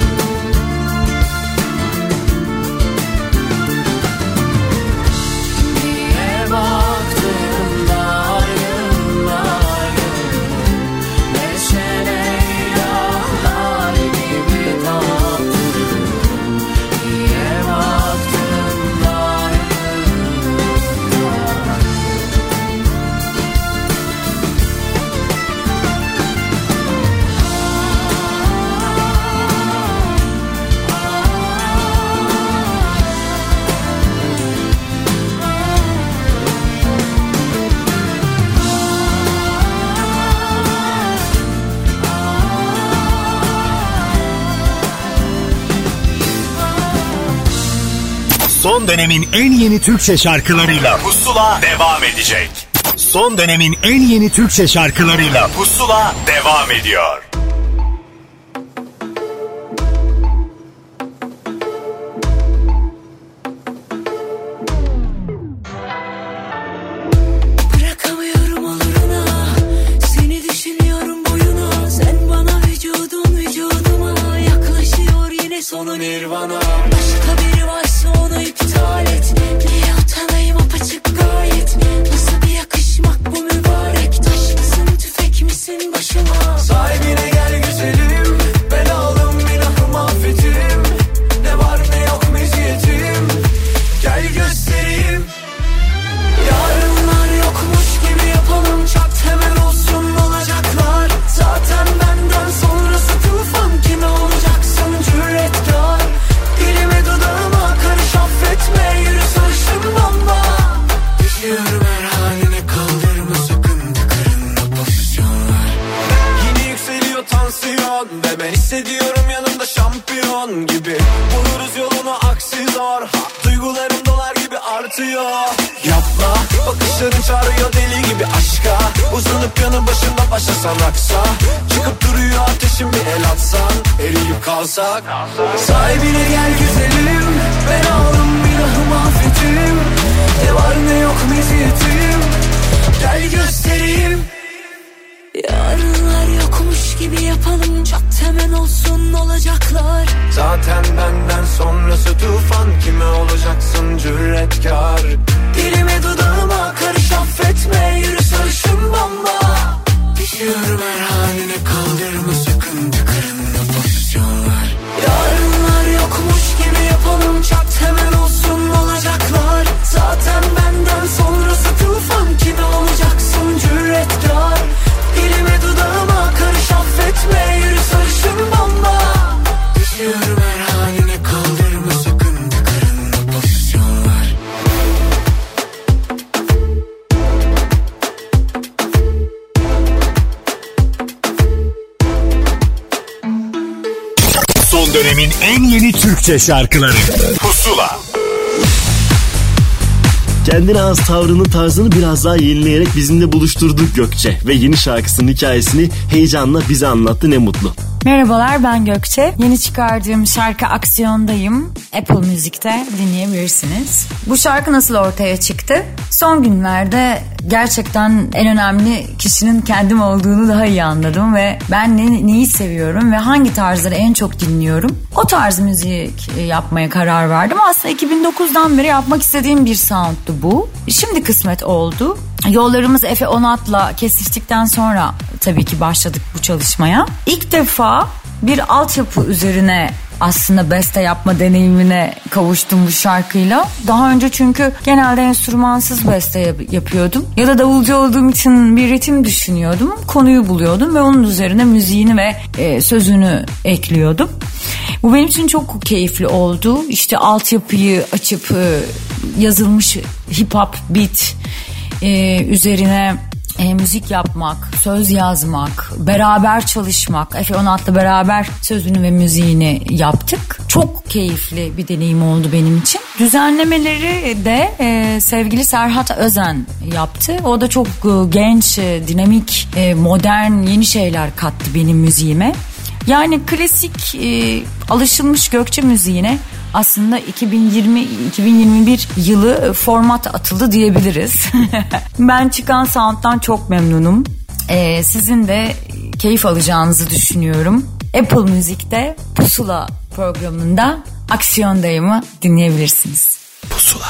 Niye baktın darın darın, neşene yağlar gibi tattın. Niye baktın darın darın. Son dönemin en yeni Türkçe şarkılarıyla Pusula devam edecek. Son dönemin en yeni Türkçe şarkılarıyla Pusula devam ediyor. Bırakamıyorum oluruna, seni düşünüyorum boyuna. Sen bana vücudun vücuduma yaklaşıyor yine sonu nirvana. Başka biri varsa onu iptal et. Niye utanayım apaçık gayet. Nasıl bir yakışmak bu mübarek. Taş mısın tüfek misin başıma. Sahibine gel güzelim, ben aldım günahımı affetim. Ne var ne yok meziyetim, gel göstereyim. Yarınlar yokmuş gibi yapalım. Çat hemen olsun olacaklar. Zaten benden sonrası tufan. Kime olacaksın cüretkar. Dilime dudağıma karış affetme. Yürü sarışın bomba. Düşüyorum her haline, kaldırma sakın tıkırında pozisyonlar. Yine yükseliyor tansiyon ve ben hissediyorum yanımda şampiyon gibi. Buluruz yolunu aksi zor, duygularım dolar gibi artıyor. Yapma, bakışların çağırıyor deli gibi aşka. Uzanıp yanı başında başlasan aksa. Çıkıp duruyor ateşin, bir el atsan eriyip kalsak. Sahibine gel güzelim, ben aldım günahımı affetim. Ne var ne yok meziyetim, olsun olacaklar. Zaten benden sonrası tufan, kime olacaksın cüretkar? Dilime dudağıma karış affetme, yürü sarışın bomba. Düşüyorum her haline, kaldırma sakın, tıkırında pozisyonlar. Yarınlar yokmuş gibi yapalım, çat hemen olsun olacaklar. Zaten benden sonrası tufan, kime olacaksın cüretkar? Dilime dudağıma karış affetme, yürü sarışın bomba. Düşüyorum her haline, kaldırma sakın, tıkırında pozisyonlar. Son dönemin en yeni Türkçe şarkıları Pusula. Kendine has tavrını, tarzını biraz daha yenileyerek bizimle buluşturdu Gökçe ve yeni şarkısının hikayesini heyecanla bize anlattı, ne mutlu. Merhabalar, ben Gökçe. Yeni çıkardığım şarkı Aksiyondayım Apple Music'te dinleyebilirsiniz. Bu şarkı nasıl ortaya çıktı? Son günlerde gerçekten en önemli kişinin kendim olduğunu daha iyi anladım ve ben neyi seviyorum ve hangi tarzları en çok dinliyorum. O tarz müzik yapmaya karar verdim. Aslında 2009'dan beri yapmak istediğim bir sound'tu bu. Şimdi kısmet oldu. Yollarımız Efe Onat'la kesiştikten sonra tabii ki başladık bu çalışmaya. İlk defa bir altyapı üzerine aslında beste yapma deneyimine kavuştum bu şarkıyla. Daha önce çünkü genelde enstrümansız beste yapıyordum. Ya da davulcu olduğum için bir ritim düşünüyordum. Konuyu buluyordum ve onun üzerine müziğini ve sözünü ekliyordum. Bu benim için çok keyifli oldu. İşte altyapıyı açıp yazılmış hip hop beat üzerine müzik yapmak, söz yazmak, beraber çalışmak. Efe Onat'la beraber sözünü ve müziğini yaptık. Çok keyifli bir deneyim oldu benim için. Düzenlemeleri de sevgili Serhat Özen yaptı. O da çok genç, dinamik, modern yeni şeyler kattı benim müziğime. Yani klasik alışılmış Gökçe müziğine aslında 2020-2021 yılı format atıldı diyebiliriz. Ben çıkan sound'dan çok memnunum. Sizin de keyif alacağınızı düşünüyorum. Apple Music'te Pusula programında Aksiyondayım'ı dinleyebilirsiniz. Pusula.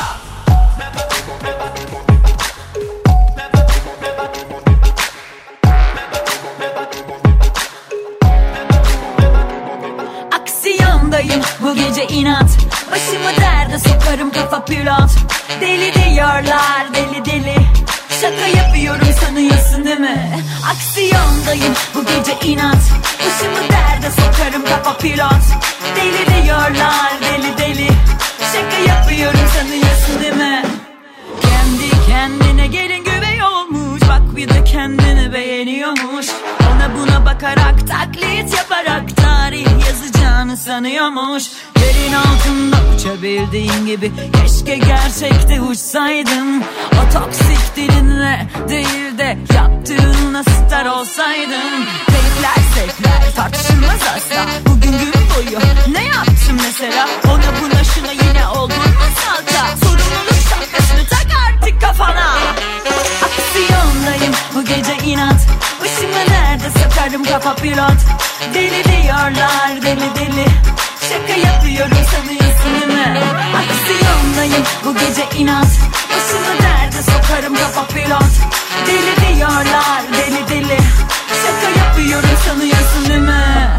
Bu gece inat, başımı derde sokarım, kafa pilot. Deli diyorlar, deli deli. Şaka yapıyorum sanıyorsun değil mi? Aksiyondayım bu gece inat, başımı derde sokarım, kafa pilot. Deli diyorlar, deli deli. Şaka yapıyorum sanıyorsun değil mi? Kendi kendine gelin güvey olmuş, bak bir de kendini beğeniyormuş. Ona buna bakarak, taklit yaparak tarih yazacağını sanıyormuş. Yerin altında uçabildiğin gibi, keşke gerçekte uçsaydın. O toksik dilinle değil de yaptığınla star olsaydın. Zevkler tartışılmaz asla, bugün gün boyu ne yaptın mesela? Ona buna şuna yine oldun mu salça? Sorumluluk şapkasını tak artık kafana. Aksiyondayım bu gece inat, başımı nerede sokarım, kafa pilot. Deli diyorlar, deli deli. Şaka yapıyorum sanıyorsun değil mi? Aksiyondayım bu gece inat, başımı derde sokarım, kafa pilot. Deli diyorlar, deli deli. Şaka yapıyorum sanıyorsun değil mi?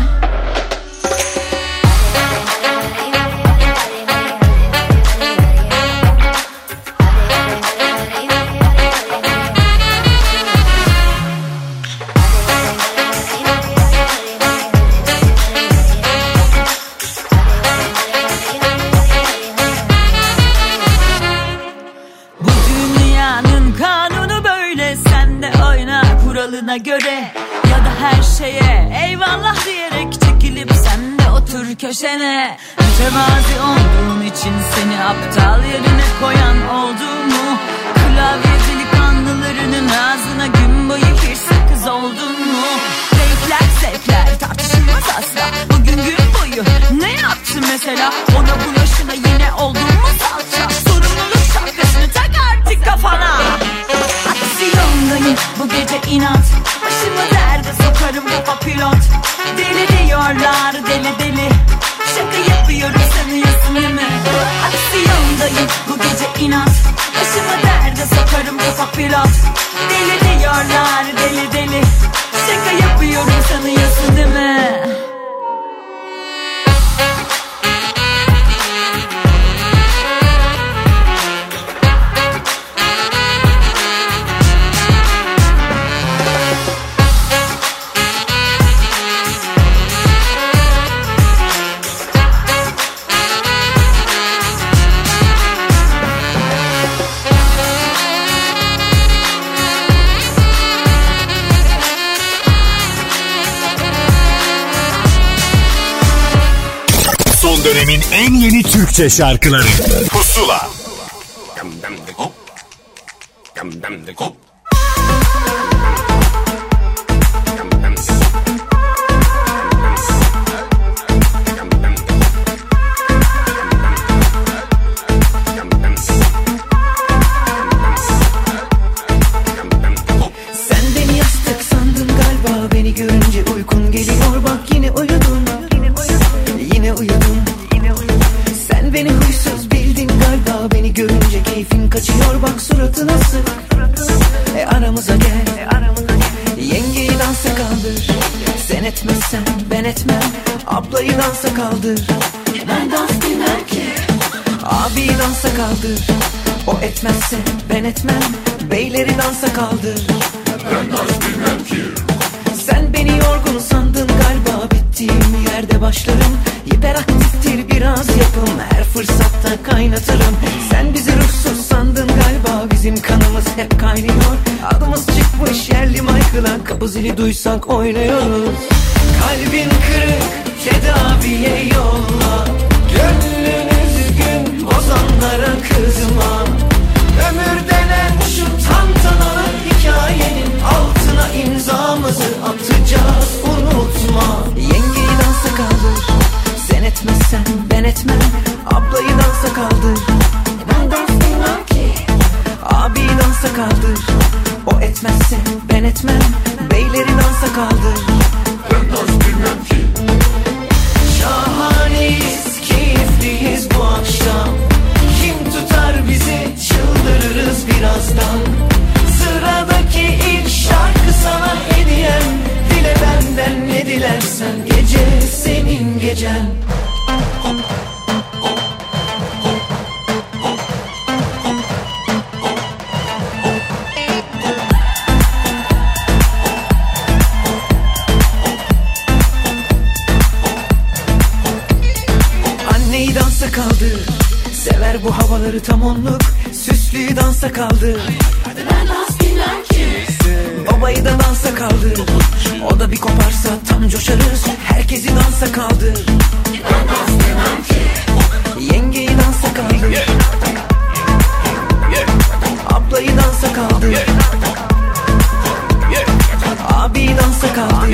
Göre ya da her şeye eyvallah diyerek çekilip sen de otur köşene. Mütevazi olduğun için seni aptal yerine koyan oldu mu? Klavye delikanlılarının ağzına gün boyu hiç sakız oldun mu? Zevkler tartışılmaz asla, bugün gün boyu ne yaptın mesela? Ona buna şuna yine oldun mu salça? Sorumluluk şapkasını tak artık kafana. Aksiyondayım bu gece inat, başımı derde sokarım, kafa pilot. Deli diyorlar, Türkiye'nin en yeni Türkçe şarkıları Pusula. Sen beni yastık sandın galiba, beni görünce uykun geliyor, bak yine uyudun, yine uyudun. Sen beni huysuz bildin galiba, beni görünce keyfin kaçıyor, bak suratı nasıl. Aramıza gel, yengeyi dansa kaldır. Sen etmezsen ben etmem, ablayı dansa kaldır. Ben dans bilmem ki, abiyi dansa kaldır. O etmezse ben etmem, beyleri dansa kaldır. Ben dans bilmem ki. Sen beni yorgun sandın galiba, bittiğim yerde başlarım. Hiperaktiftir biraz yapım, her fırsatta kaynatırım. Sen bizi ruhsuz sandın galiba, bizim kanımız hep kaynıyor. Adımız çıkmış yerli Michael'a, kapı zili duysak oynuyoruz. Kalbin kırık, tedaviye yolla. Gönlün üzgün, bozanlara kızma. Ömür denen şu tantanalı hikayenin altına imzamızı atacağız, unutma. Yengeyi dansa kaldır. Sen etmezsen ben etmem, ablayı dansa kaldır. Ben dans bilmem ki, abiyi dansa kaldır. O etmezse ben etmem, beyleri dansa kaldır. Ben dans bilmem ki. Şahaneyiz, keyifliyiz bu akşam. Kim tutar bizi, çıldırırız birazdan. Sıradaki ilk şarkı sana hediyem. Dile benden ne dilersen, gece senin gecen. Anneyi dansa kaldır. Sever bu havaları tam onluk, süslüyü dansa kaldır. Ben dans bilmem ki. Babayı da dansa kaldır. O da bir koparsa tam coşarız, herkesi dansa kaldır. Ben dans bilmem ki. Yengeyi dansa kaldır. Ablayı dansa kaldır. Abiyi dansa kaldır.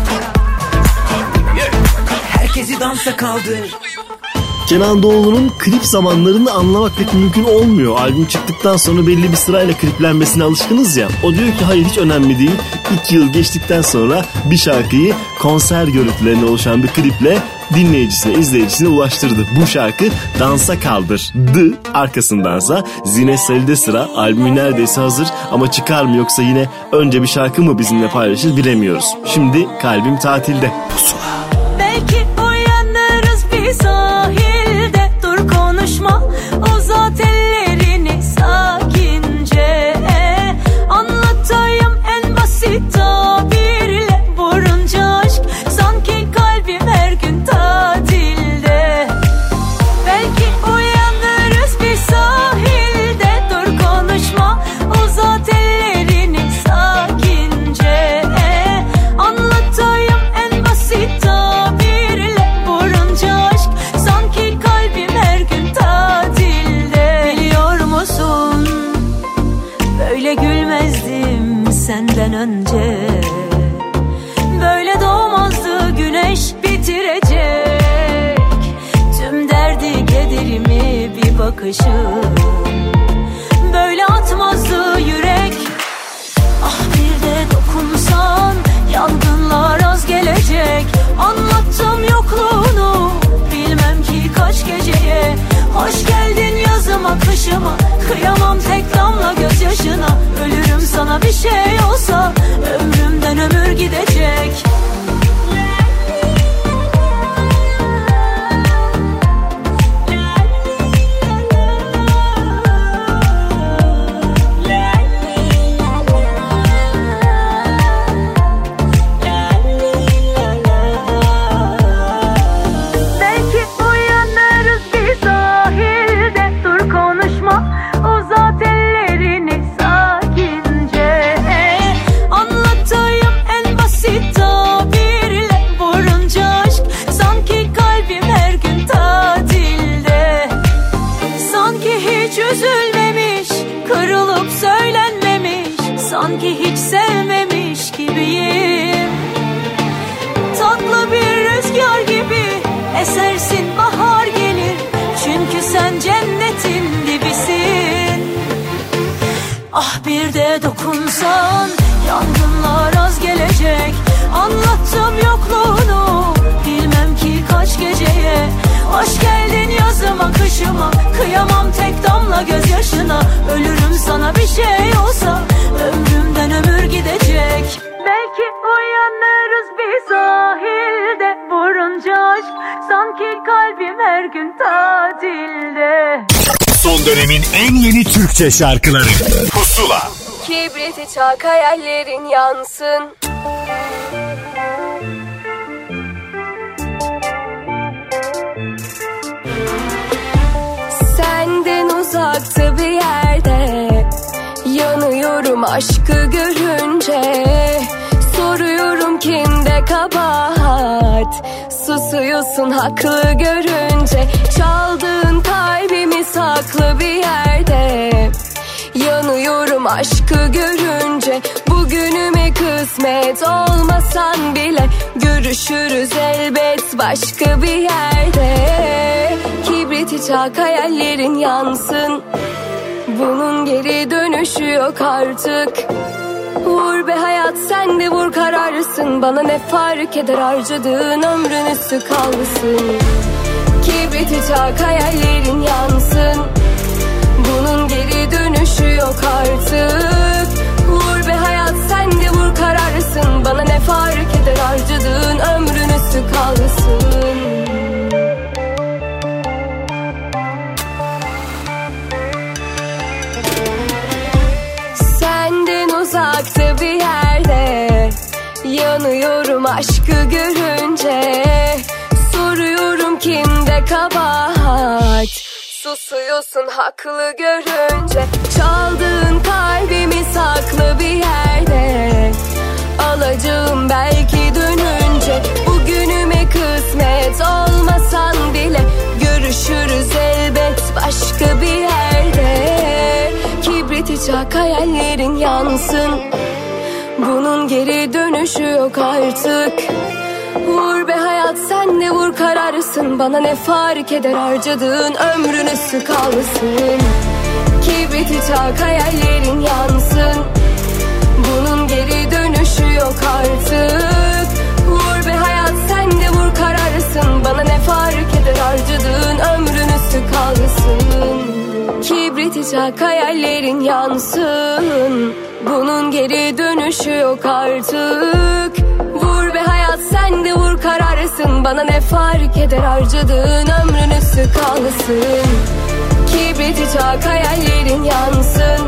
Herkesi dansa kaldır. Kenan Doğulu'nun klip zamanlarını anlamak pek mümkün olmuyor. Albüm çıktıktan sonra belli bir sırayla kliplenmesine alışkınız ya. O diyor ki hayır hiç önemli değil. 2 yıl geçtikten sonra bir şarkıyı konser görüntülerine oluşan bir kliple dinleyicisine, izleyicisine ulaştırdı. Bu şarkı Dansa Kaldır'dı. Arkasındansa Zine Salih'de sıra. Albümü neredeyse hazır ama çıkar mı yoksa yine önce bir şarkı mı bizimle paylaşır bilemiyoruz. Şimdi kalbim tatilde. Pusula. Belki uyanırız bir sahilde. Dur konuşma, uzat ellerini sakince. Anlatayım en basit tabirle. Vurunca aşk sanki kalbim her gün tatilde. Belki uyanırız bir sahilde. Dur konuşma, uzat ellerini sakince. Anlatayım en basit tabirle. Vurunca aşk sanki kalbim her gün tatilde. Biliyor musun, böyle gülmezdim senden önce. Böyle doğmazdı güneş bitirecek tüm derdi kederimi bir bakışım. Böyle atmazdı yürek. Ah bir de dokunsan yangınlar az gelecek. Anlattım yokluğunu bilmem ki kaç geceye. Hoş geldin yazıma kışıma, kıyamam tek damla gözyaşına. Ölürüm sana bir şey olsa, ömrümden ömür gidecek. Belki uyanırız bir sahilde. Dur konuşma, uzat ellerini sakince. Anlatayım en basit tabirle. hiç üzülmemiş, kırılıp söylenmemiş, sanki hiç sevmemiş gibiyim. Tatlı bir rüzgar gibi esersin, bahar gelir, çünkü sen cennetin dibisin. Ah bir de dokunsan, yangınlar az gelecek. Anlattım yokluğunu, bilmem ki kaç geceye. Hoş geldin yazıma kışıma, kıyamam tek damla gözyaşına. Ölürüm sana bir şey olsa, ömrümden ömür gidecek. Belki uyanırız bir sahilde, vurunca aşk sanki kalbim her gün tatilde. Son dönemin en yeni Türkçe şarkıları Pusula. Kibriti çak, hayallerin yansın. Senden uzakta bir yerde yanıyorum aşkı görünce. Soruyorum kimde kabahat, susuyorsun haklı görünce. Çaldığın kalbimi saklı bir yerde yanıyorum aşkı görünce. Bugünüme kısmet olmasan bile görüşürüz elbet başka bir yerde. Kibriti çak, hayallerin yansın. Bunun geri dönüşü yok artık. Vur be hayat, sen de vur, kararlısın. Bana ne fark eder, harcadığın ömrün üstü kalsın. Kibriti çak, hayallerin yansın. Bunun geri dönüşü yok artık. Vur be hayat, sen de vur, kararlısın. Bana ne fark eder, harcadığın ömrün üstü kalsın. Senden uzakta bir yerde yanıyorum aşkı görünce. Soruyorum kimde kabahat, susuyorsun haklı görünce. Çaldığın kalbimi saklı bir yerde alacağım belki dönünce. Bugünüme kısmet olmasan bile görüşürüz elbet başka bir yerde. Kibriti çak, hayallerin yansın. Bunun geri dönüşü yok artık. Vur be hayat, sen de vur, kararlısın. Bana ne fark eder, harcadığın ömrün üstü kalsın. Kibriti çak, hayallerin yansın. Bunun geri dönüşü yok artık. Vur be hayat, sen de vur, kararlısın. Bana ne fark eder, harcadığın ömrün üstü kalsın. Kibriti çak, hayallerin yansın. Bunun geri dönüşü yok artık. Vur be hayat, sen de vur, kararlısın. Bana ne fark eder, harcadığın ömrün üstü kalsın. Kibriti çak, hayallerin yansın.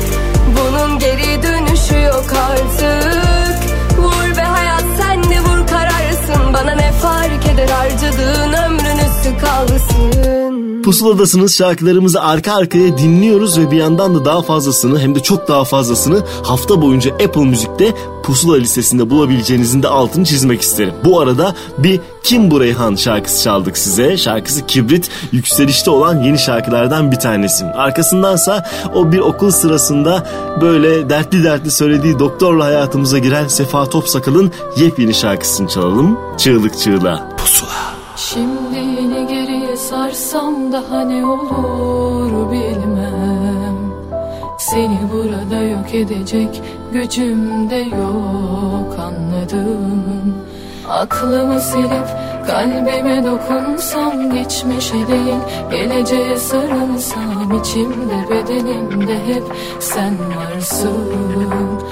Bunun geri dönüşü yok artık. Vur be hayat, sen de vur, kararlısın. Bana ne fark eder, harcadığın ömrün üstü kalsın. Pusuladasınız, şarkılarımızı arka arkaya dinliyoruz ve bir yandan da daha fazlasını, hem de çok daha fazlasını hafta boyunca Apple Müzik'te Pusula listesinde bulabileceğinizin de altını çizmek isterim. Bu arada bir Kim Bu Reyhan şarkısı çaldık size. Şarkısı Kibrit, yükselişte olan yeni şarkılardan bir tanesi. Arkasındansa o bir okul sırasında böyle dertli dertli söylediği doktorla hayatımıza giren Sefa Topsakal'ın yepyeni şarkısını çalalım. Çığlık Çığlığa. Pusula. Şimdi yine geriye sarsam daha ne olur bilmem. Seni burada yok edecek gücüm de yok, anladım. Aklımı silip kalbime dokunsam, geçmişe değil geleceğe sarılsam, içimde bedenimde hep sen varsın.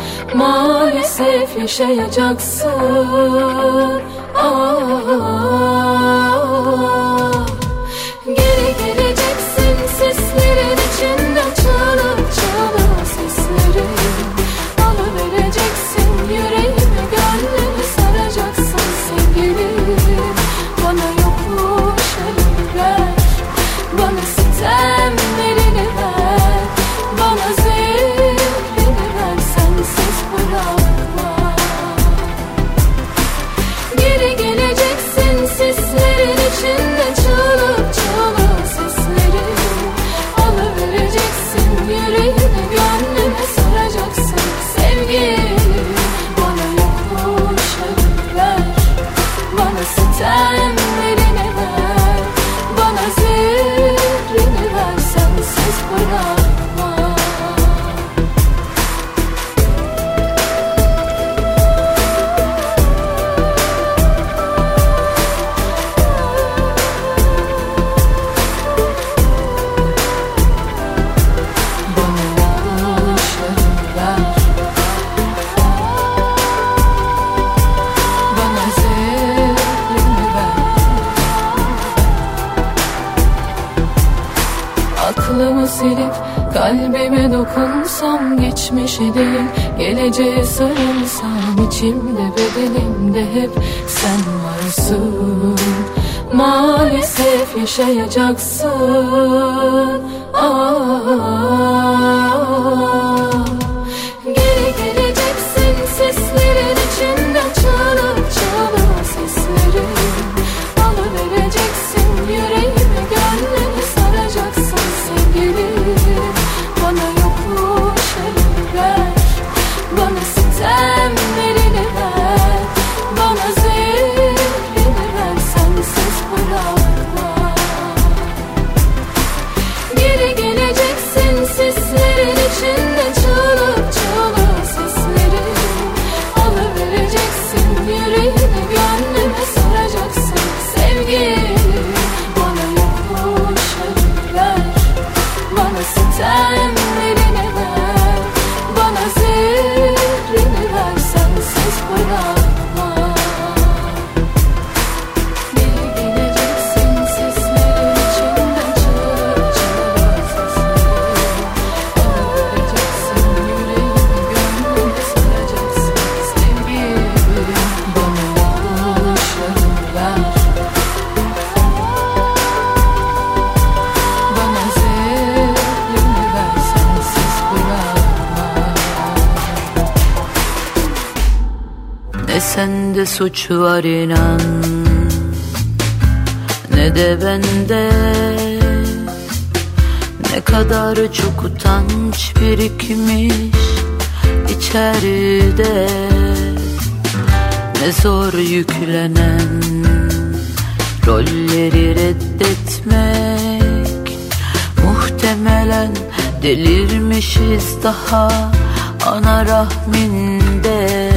Maalesef yaşayacaksın. Geri geleceksin seslerin içinde, çalıp çalıp sesleri alıvereceksin yüreğimi, gönlümü saracaksın sevgilim. Bana yokmuş elini ver, bana sitemlerini ver, bana zehrini ver, sensiz bırakma. Geri geleceksin seslerin içinde, bırakma. Aklımı silip kalbime dokunsam, geçmişi değil geleceğe sarılsam, içimde bedenimde hep sen varsın. Maalesef yaşayacaksın. Geri geleceksin seslerin içinde, çalıp çalıp seslerim. Alıvereceksin yüreğimi, gönlümü saracaksın sevgilim. Bana yokmuş elini ver, bana sitemlerini ver, bana zehrini ver, sensiz bırakma. Geri geleceksin seslerin içinde, çalıp çalıp seslerim. Alıvereceksin yüreğimi, gönlümü saracaksın sevgilim. Bana yokmuş elini ver, bana sitemlerini ver, bana zehrini ver, sensiz bırakma. Geri geleceksin seslerin içinde, çalıp çalıp seslerim. Alıvereceksin yüreğimi, gönlümü saracaksın sevgilim. Bana yokmuş elini ver, bana zehrini ver, sensiz bırakma. Ne sende suç var inan, ne de bende. Ne kadar çok utanç birikmiş içeride. Ne zor yüklenen rolleri reddetmek. Muhtemelen delirmişiz daha ana rahminde.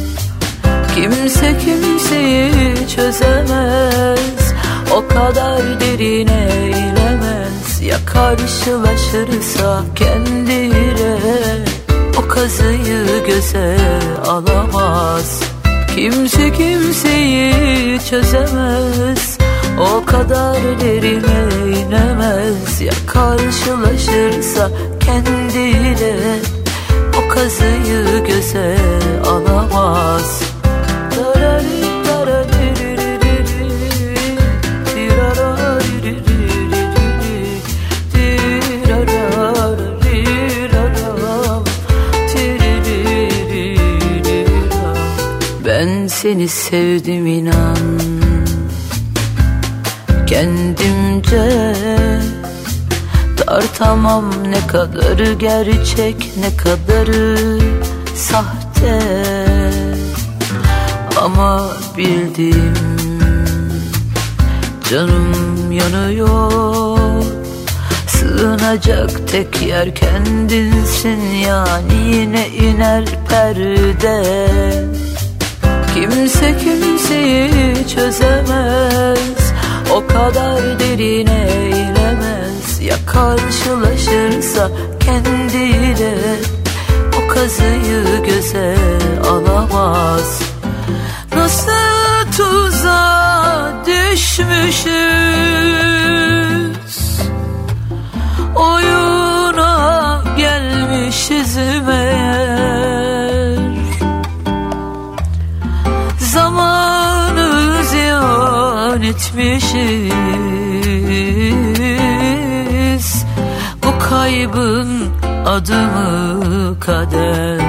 Kimse kimseyi çözemez, o kadar derine inemez. Ya karşılaşırsa kendiyle, o kazıyı göze alamaz. Kimse kimseyi çözemez, o kadar derine inemez. Ya karşılaşırsa kendiyle, o kazıyı göze alamaz. Ben seni sevdim inan, kendimce tartamam ne kadarı gerçek, ne kadarı sahte. Ama bildim canım yanıyor, sığınacak tek yer kendinsin, yani yine iner perde. Kimse kimseyi çözemez, o kadar derine inemez. Ya karşılaşırsa kendiyle, o kazıyı göze alamaz. Nasıl tuzağa düşmüşüz, oyuna gelmişiz meğer. Zamanı ziyan etmişiz, bu kaybın adı mı kader?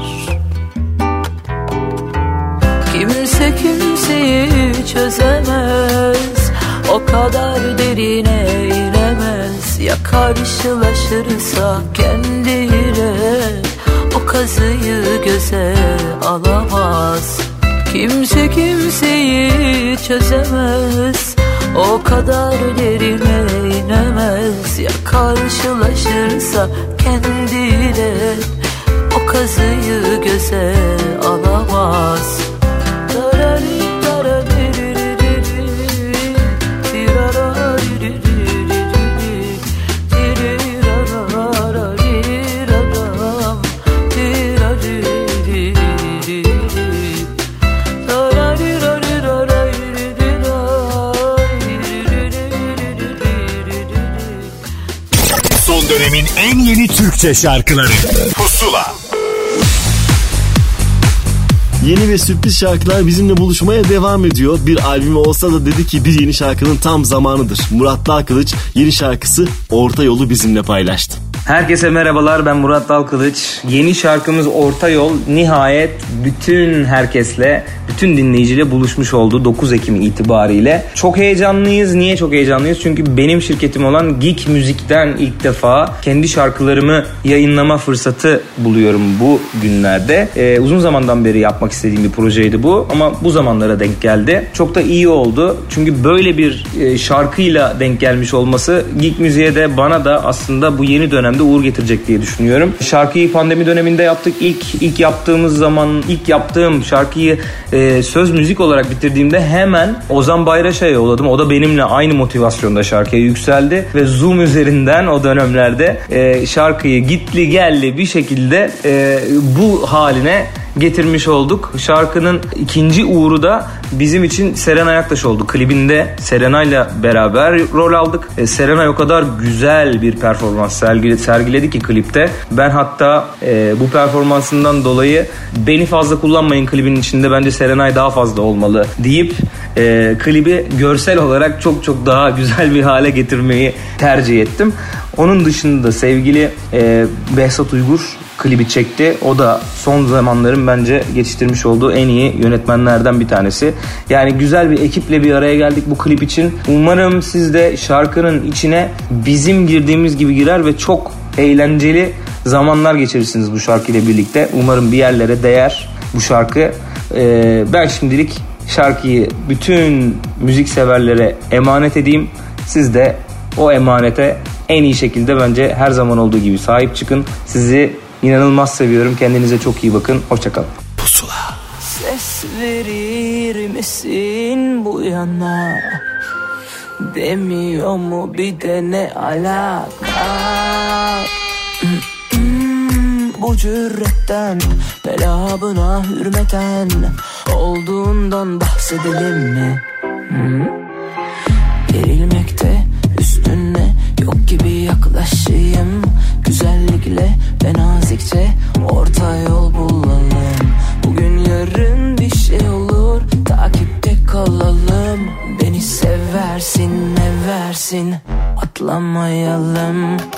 Kimse kimseyi çözemez, o kadar derine inemez. Ya karşılaşırsa kendiyle, o kazıyı göze alamaz. Kimse kimseyi çözemez, o kadar derine inemez. Ya karşılaşırsa kendiyle o kazıyı göze alamaz. Son dönemin en yeni Türkçe şarkıları Pusula. Yeni ve sürpriz şarkılar bizimle buluşmaya devam ediyor. Bir albümü olsa da dedi ki bir yeni şarkının tam zamanıdır. Murat Dalkılıç yeni şarkısı Orta Yol'u bizimle paylaştı. Herkese merhabalar, ben Murat Dalkılıç. Yeni şarkımız Orta Yol nihayet bütün herkesle, bütün dinleyiciyle buluşmuş oldu 9 Ekim itibariyle. Çok heyecanlıyız. Niye çok heyecanlıyız? Çünkü benim şirketim olan Geek Müzik'ten ilk defa kendi şarkılarımı yayınlama fırsatı buluyorum bu günlerde. Uzun zamandan beri yapmak istediğim bir projeydi bu ama bu zamanlara denk geldi. Çok da iyi oldu. Çünkü böyle bir şarkıyla denk gelmiş olması Geek Müziğe de bana da aslında bu yeni dönemde uğur getirecek diye düşünüyorum. Şarkıyı pandemi döneminde yaptık. İlk yaptığımız zaman, ilk yaptığım şarkıyı söz müzik olarak bitirdiğimde hemen Ozan Bayraş'a yolladım. O da benimle aynı motivasyonda şarkıya yükseldi ve Zoom üzerinden o dönemlerde şarkıyı gitli gelli bir şekilde bu haline getirmiş olduk. Şarkının ikinci uğuru da bizim için Serenay Aktaş oldu. Klibinde Serenay'la beraber rol aldık. Serenay o kadar güzel bir performans sergiledi ki klipte. Ben hatta bu performansından dolayı beni fazla kullanmayın klibin içinde, bence Serenay daha fazla olmalı deyip klibi görsel olarak çok çok daha güzel bir hale getirmeyi tercih ettim. Onun dışında sevgili Behzat Uygur klibi çekti. O da son zamanların bence geçiştirmiş olduğu en iyi yönetmenlerden bir tanesi. Yani güzel bir ekiple bir araya geldik bu klip için. Umarım siz de şarkının içine bizim girdiğimiz gibi girer ve çok eğlenceli zamanlar geçirirsiniz bu şarkıyla birlikte. Umarım bir yerlere değer bu şarkı. Ben şimdilik şarkıyı bütün müzik severlere emanet edeyim. Siz de o emanete en iyi şekilde bence her zaman olduğu gibi sahip çıkın. Sizi İnanılmaz seviyorum. Kendinize çok iyi bakın. Hoşçakalın. Pusula. Ses verir misin bu yana? Demiyor mu bir de ne alaka? Bu cüretten, belabına hürmeten olduğundan bahsedelim mi? Gerilmekte üstüne yok gibi yaklaşayım. Güzellikle ve nazikçe orta yol bulalım. Bugün yarın bir şey olur, takipte kalalım. Beni seversin, meversin, atlamayalım.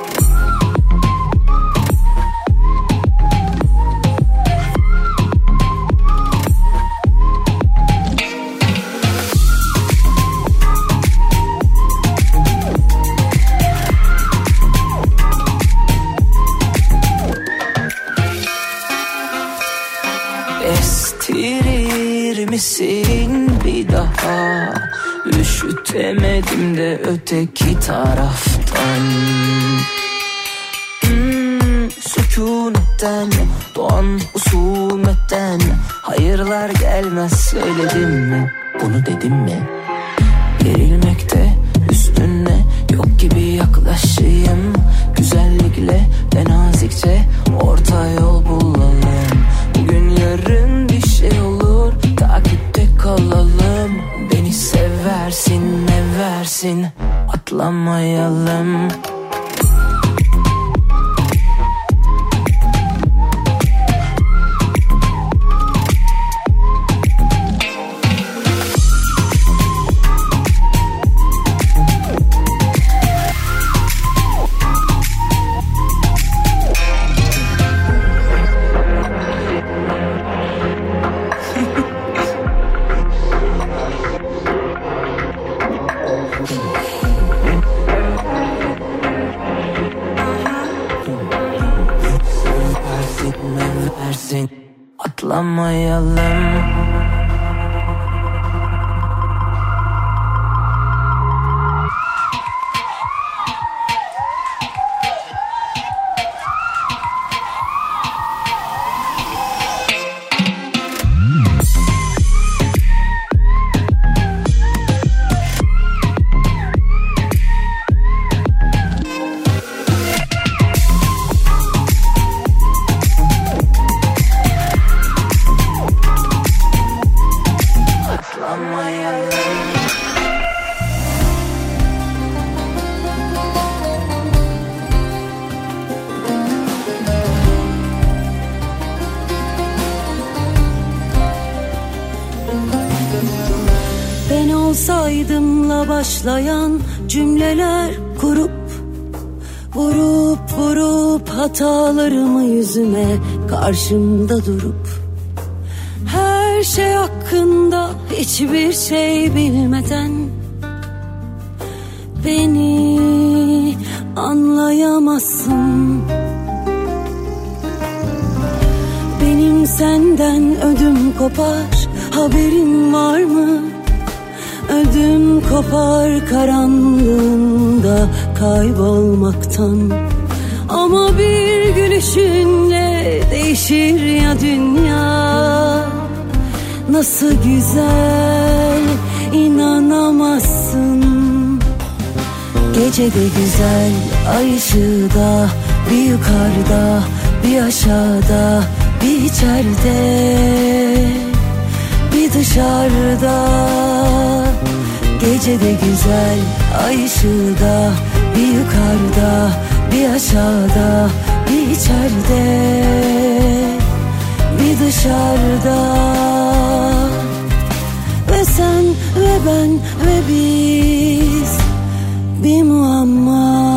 Misin bir daha? Üşütemedim de öteki taraftan. Sükunetten doğan husumetten hayırlar gelmez söyledim mi? Bunu dedim mi? Gerilmekte üstüne yok gibi yaklaşayım. Güzellikle ve nazikçe orta yol bulalım. Bugün yarın bir şey olur, takipte kalalım. Beni seversin, meversin, atlamayalım. Atlamayalım. olsaydımla başlayan cümleler kurup vurup hatalarımı yüzüme karşımda durup her şey hakkında hiçbir şey bilmeden beni anlayamazsın. Benim senden ödüm kopar, haberin var mı? Ödüm kopar karanlığında kaybolmaktan. Ama bir gülüşünle değişir ya dünya. Nasıl güzel, inanamazsın. Gecede güzel, ay ışığı da, bir yukarıda, bir aşağıda, bir içeride, bir dışarıda. Gecede güzel, ay ışığı da, bir yukarıda, bir aşağıda, bir içeride, bir dışarıda. Ve sen ve ben ve biz bir muamma.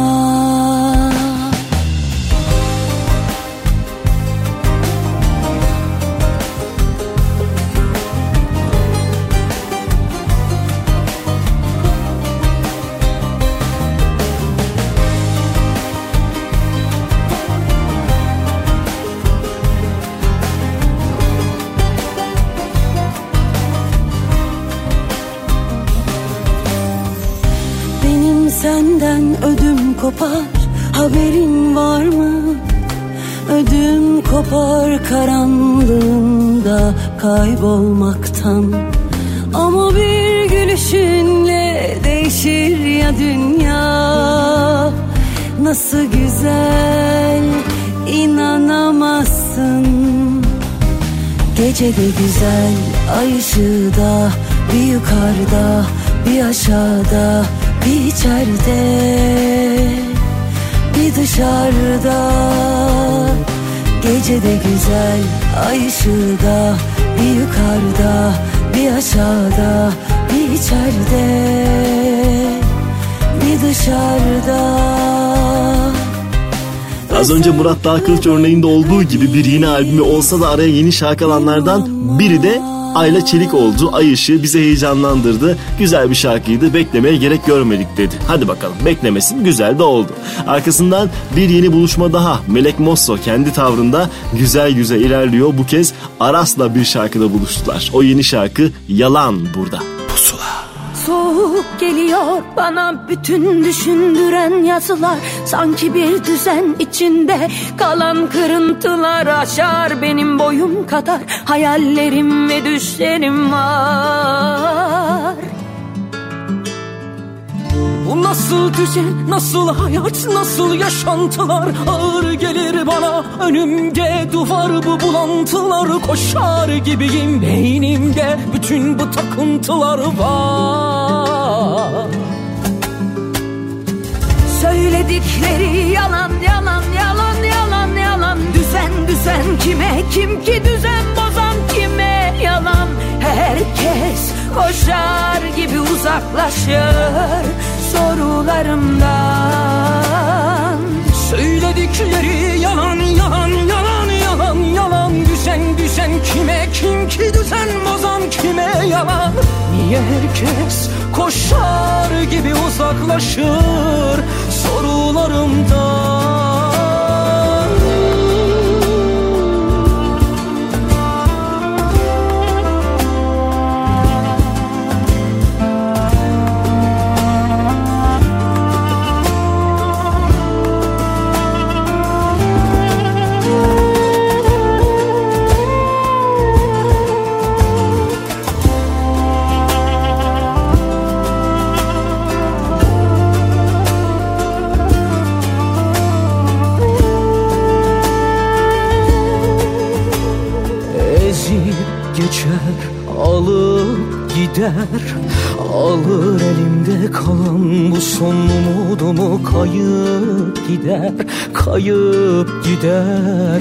Senden ödüm kopar, haberin var mı? Ödüm kopar karanlığında kaybolmaktan. Ama bir gülüşünle değişir ya dünya. Nasıl güzel, inanamazsın. Gecede güzel, ay ışığı da, bir yukarıda, bir aşağıda, bir içeride, bir dışarıda. Gecede güzel, ay ışığı da, bir yukarıda, bir aşağıda, bir içeride, bir dışarıda. Az önce Murat Dağkılıç örneğinde olduğu gibi bir yeni albümü olsa da araya yeni şarkı alanlardan biri de Ayla Çelik oldu. Ay Işığı bizi heyecanlandırdı. Güzel bir şarkıydı. Beklemeye gerek görmedik dedi. Hadi bakalım, beklemesin, güzel de oldu. Arkasından bir yeni buluşma daha. Melek Mosso kendi tavrında güzel ilerliyor. Bu kez Aras'la bir şarkıda buluştular. O yeni şarkı Yalan burada. Pusula. Soğuk geliyor bana bütün düşündüren yazılar. Sanki bir düzen içinde kalan kırıntılar aşar benim boyum kadar. Hayallerim ve düşlerim var. Bu nasıl düzen, nasıl hayat, nasıl yaşantılar? Ağır gelir bana önümde duvar, bu bulantılar. Koşar gibiyim, beynimde bütün bu takıntılar var. Söyledikleri yalan, yalan, yalan, yalan, yalan. Düzen kime, kim ki düzen bozan kime? Yalan. Herkes koşar gibi uzaklaşır sorularımdan. Söyledikleri yalan, yalan, yalan, yalan, yalan. Düzen kime, kim ki düzen bozan kime? Yalan. Niye herkes koşar gibi uzaklaşır sorularımdan? Alıp gider, alır elimde kalan bu son umudumu. Kayıp gider, kayıp gider.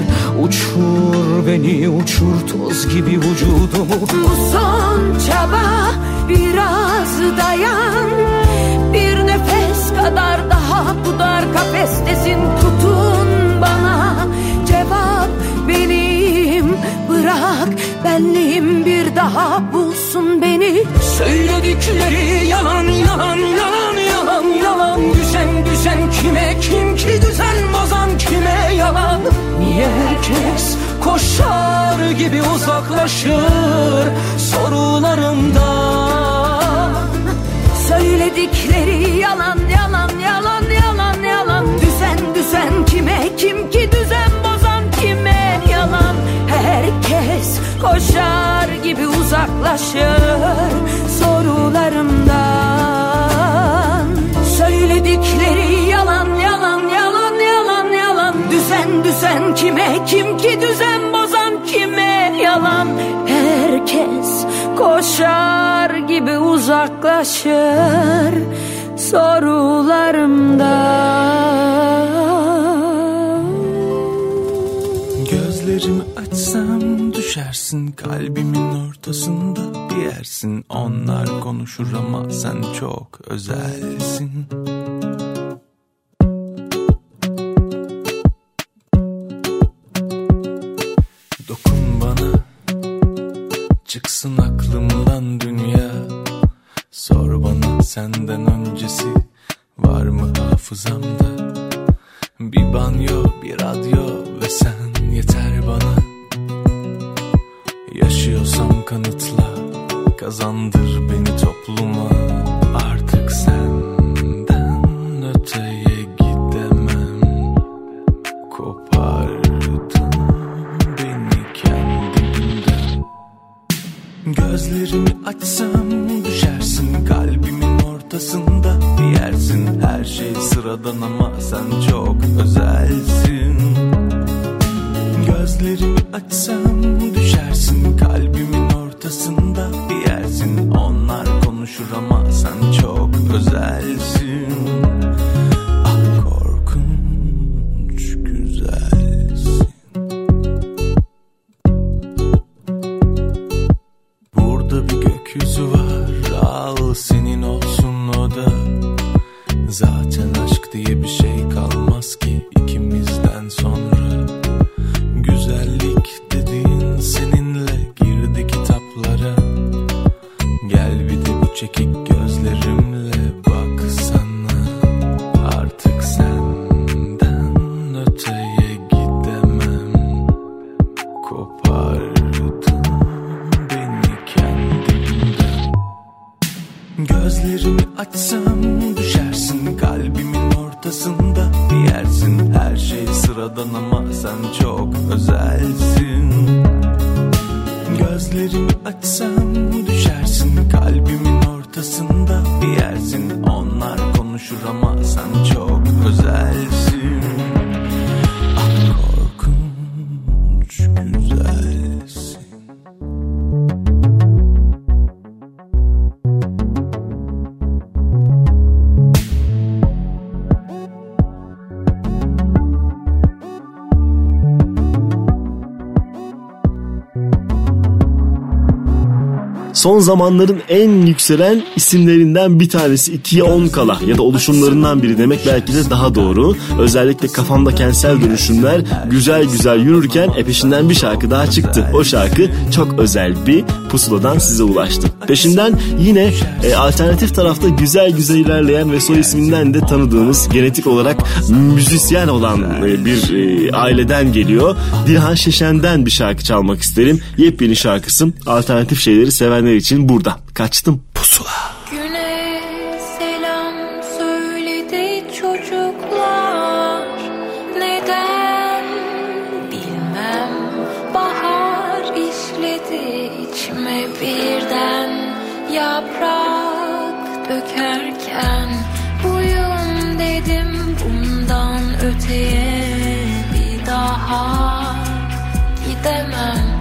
Uçur beni, uçur toz gibi vücudumu. Bu son çaba biraz dayan. Bir nefes kadar daha bu dar kafestesin, tutun bana. Cevap benim, bırak benliğim bir daha bulsun beni. Söyledikleri yalan yalan yalan yalan yalan. Düzen kime, kim ki düzen bozan kime yalan. Niye herkes koşar gibi uzaklaşır sorularımdan? Söyledikleri yalan yalan yalan yalan yalan. Düzen kime, kim ki düzen bozan kime yalan. Herkes koşar gibi uzaklaşır sorularımdan. Söyledikleri yalan yalan yalan yalan yalan. Düzen kime, kim ki düzen bozan kime yalan. Herkes koşar gibi uzaklaşır sorularımdan. Gözlerimi açsam düşersin kalbimin ortasında bir yersin. Onlar konuşur ama sen çok özelsin. Dokun bana, çıksın aklımdan dünya. Sor bana senden öncesi var mı hafızamda? Bir banyo, bir radyo ve sen yeter bana. Yaşıyorsam kanıtla, kazandır beni topluma. Artık senden öteye gidemem. Kopardın beni kendimden. Gözlerimi açsam düşersin kalbimin ortasında bir yersin. Her şey sıradan ama sen çok özelsin. Gözlerimi açsam düşersin kalbimin ortasında bir yersin. Onlar konuşur ama sen çok özelsin. Ah korkunç güzelsin. Burada bir gökyüzü var, al senin olsun o da. Zaten aşk diye bir şey kalmaz ki ikimizden sonra. Güzellik dediğin seninle girdi kitaplara. Gel bir de bu çekik gözlerimle baksana. Artık senden öteye gidemem. Kopardın beni kendimden. Gözlerimi açsam düşersin kalbimin ortasında bir yersin. Her şey sıradan ama sen çok özelsin. Gözlerimi açsam düşersin kalbimin ortasında bir yersin. Onlar konuşur ama sen çok özelsin. Ah korkunç güzelsin. Son zamanların en yükselen isimlerinden bir tanesi, 2'ye 10 kala ya da oluşumlarından biri demek belki de daha doğru. Özellikle kafamda kentsel dönüşümler güzel güzel yürürken peşinden bir şarkı daha çıktı. O şarkı çok özel bir pusuladan size ulaştı. Peşinden yine alternatif tarafta güzel güzel ilerleyen ve soy isminden de tanıdığımız, genetik olarak müzisyen olan bir aileden geliyor. Dilhan Şeşen'den bir şarkı çalmak isterim. Yepyeni şarkısı, alternatif şeyleri sevenler için burada. Kaçtım pusula. Güne selam söyledi çocuklar. Neden bilmem, bahar işledi içime birden. Yaprak dökerken buyum dedim, bundan öteye bir daha gidemem.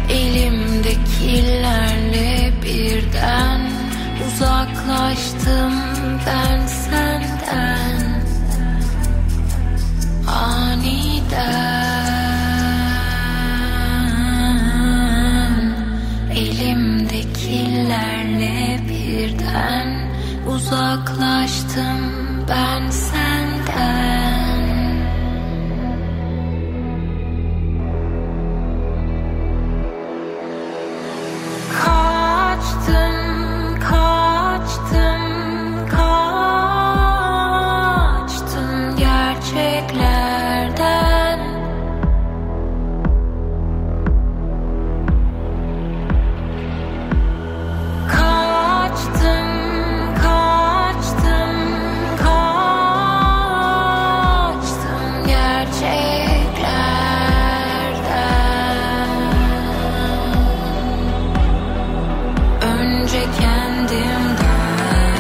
Elimdekilerle birden uzaklaştım ben senden. Aniden elimdekilerle birden Kaçtım ben senden. Kaçtım, kaçtım, kaçtım gerçeklerden. Kaçtım, kaçtım, kaçtım gerçeklerden. Önce kendimden.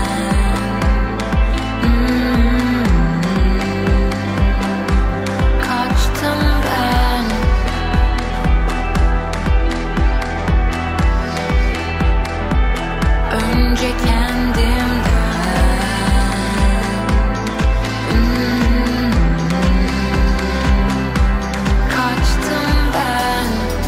Kaçtım ben. Önce kendimden. Kaçtım ben.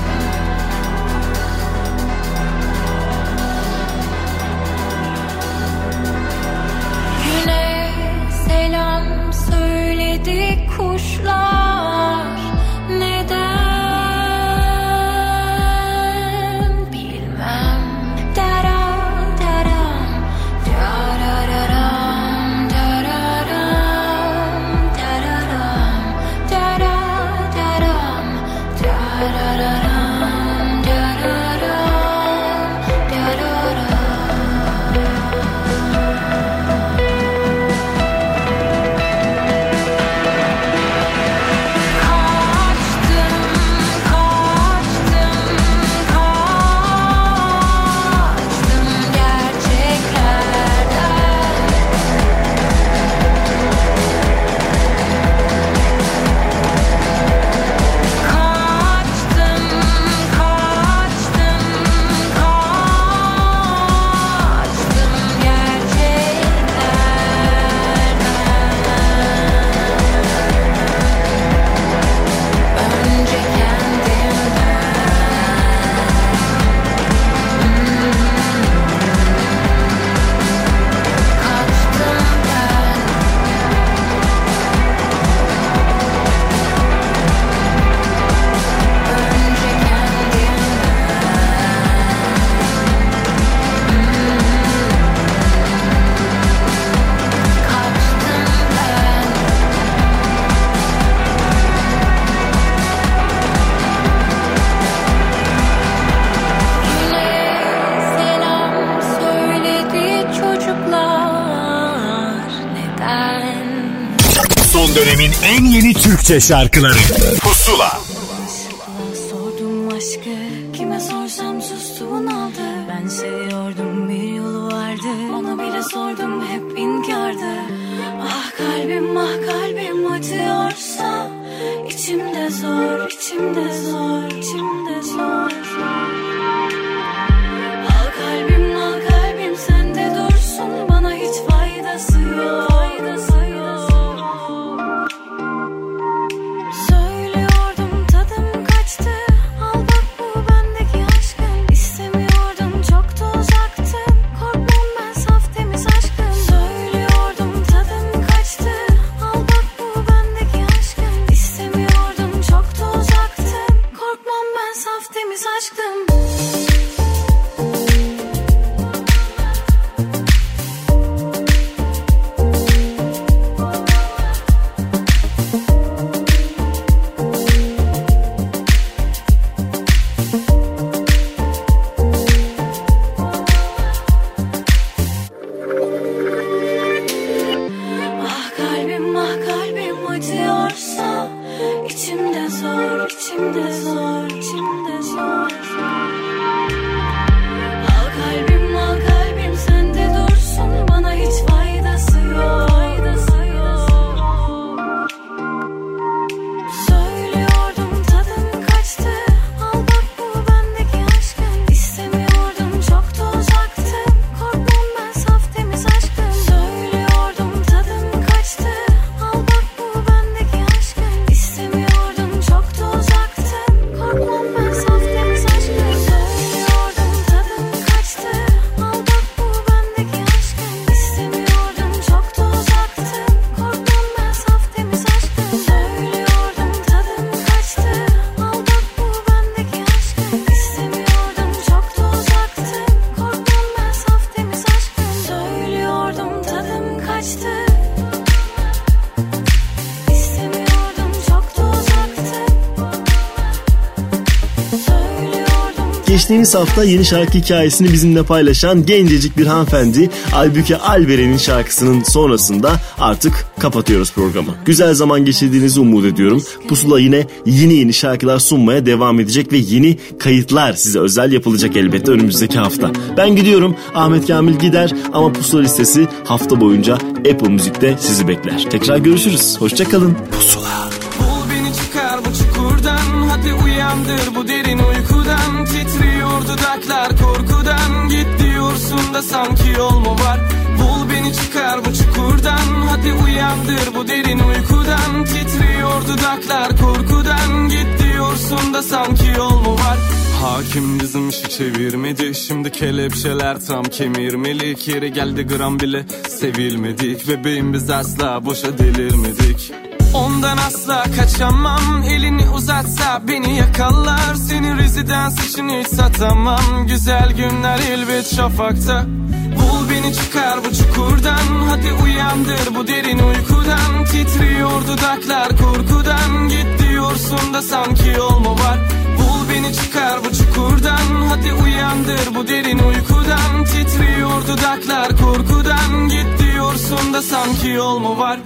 Güne selam söyledi kuşlar. Neden bilmem. Dara daram, darararam, dararam, dararam, dara daram, darararam, dararam, Son dönemin en yeni Türkçe şarkıları Pusula. Sordum aşkı kime sorsam sustu bunaldı. Ben seviyordum bir yolu vardı. Ona bile sordum hep inkardı. Ah kalbim acıyorsa içimde zor, içimde zor, içimde zor. Al kalbim sende dursun. Bana hiç faydası yok, faydası yok. Söylüyordum tadım kaçtı. Al bak bu bendeki aşkın. İstemiyordum çok da uzaktım. Korkmam ben saf temiz aşkım. Söylüyordum tadım kaçtı. Al bak bu bendeki aşkın. İstemiyordum çok da uzaktım. Korkmam ben saf temiz aşkım. Ah kalbim acıyorsa içimde zor, içimde zor, içimde zor. Al kalbim sende dursun. Bana hiç faydası yok, faydası yok. Söylüyordum tadım kaçtı. Al bak bu bendeki aşkın. İstemiyordum çok da uzaktım. Korkmam ben saf temiz aşkım. Söylüyordum tadım kaçtı. Al bak bu bendeki aşkın. İstemiyordum çok da uzaktım. Geçtiğimiz hafta yeni şarkı hikayesini bizimle paylaşan gencecik bir hanımefendi Aybüke Alberen'in şarkısının sonrasında artık kapatıyoruz programı. Güzel zaman geçirdiğinizi umut ediyorum. Pusula yine yeni şarkılar sunmaya devam edecek ve yeni kayıtlar size özel yapılacak elbette önümüzdeki hafta. Ben gidiyorum, Ahmet Kamil gider ama Pusula listesi hafta boyunca Apple Müzik'te sizi bekler. Tekrar görüşürüz. Hoşçakalın. Pusula. Bul beni çıkar bu çukurdan, hadi uyandır bu derin uykudan. Titriyor dudaklar korkudan, git diyorsun da sanki yol mu var? Bul beni çıkar bu çukurdan, hadi uyandır bu derin uykudan. Titriyor dudaklar korkudan, git diyorsun da sanki yol mu var? Hakim bizim işi çevirmedi, şimdi kelepçeler tam kemirmelik. Yeri geldi gram bile sevilmedik, bebeğim biz asla boşa delirmedik. Ondan asla kaçamam, elini uzatsa beni yakalar. Senin rezidans için hiç satamam, güzel günler elbet şafakta. Bul beni çıkar bu çukurdan, hadi uyandır bu derin uykudan. Titriyor dudaklar korkudan, git diyorsun da sanki yol mu var? Bul beni çıkar bu çukurdan, hadi uyandır bu derin uykudan. Titriyor dudaklar korkudan, git diyorsun da sanki yol mu var?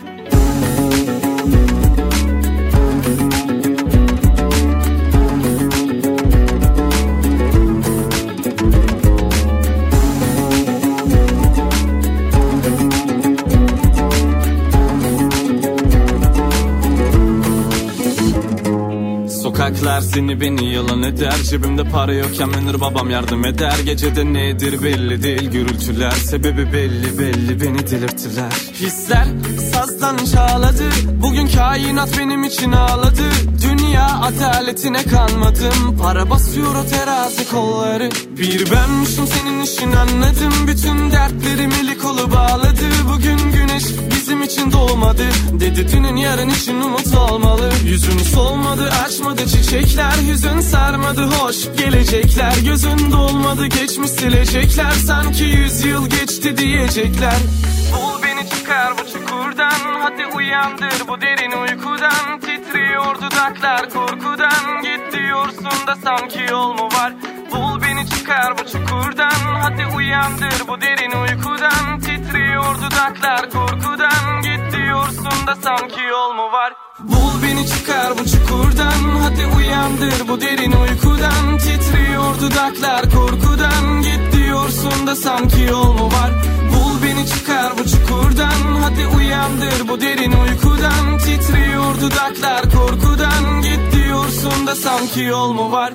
Sokaklar seni beni yalan eder, cebimde para yokken menir babam yardım eder. Gecede nedir belli değil, gürültüler sebebi belli beni delirttiler. Hisler sazdan çağladı, bugün kainat benim için ağladı. Dünya adaletine kanmadım, para basıyor o terazi kolları. Bir benmişim senin işin anladım, bütün dertlerim eli kolu bağladı. Bugün güneş bizim için doğmadı, dedi dünün yarın için umut olmalı. Yüzün solmadı açmadı çiçekler, hüzün sarmadı hoş gelecekler. Gözün dolmadı geçmiş silecekler, sanki 100 yıl geçti diyecekler. Bul beni çıkar bu çukurdan, hadi uyandır bu derin uykudan. Titriyor dudaklar korkudan, git diyorsun da sanki yol mu var? Bul beni çıkar bu çukurdan, hadi uyandır bu derin uykudan. Titriyor dudaklar korkudan, git diyorsun da sanki yol mu var? Bul beni çıkar bu çukurdan, hadi uyandır bu derin uykudan. Titriyor dudaklar korkudan, git diyorsun da sanki yol mu var? Bul beni çıkar bu çukurdan, hadi uyandır bu derin uykudan. Titriyor dudaklar korkudan, git diyorsun da sanki yol mu var?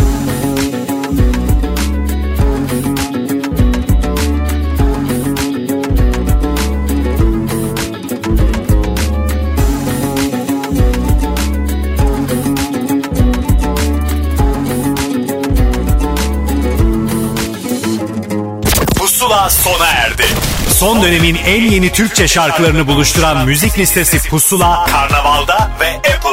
Pusula sona erdi. Son dönemin en yeni Türkçe şarkılarını buluşturan müzik listesi Pusula, Karnaval'da ve Apple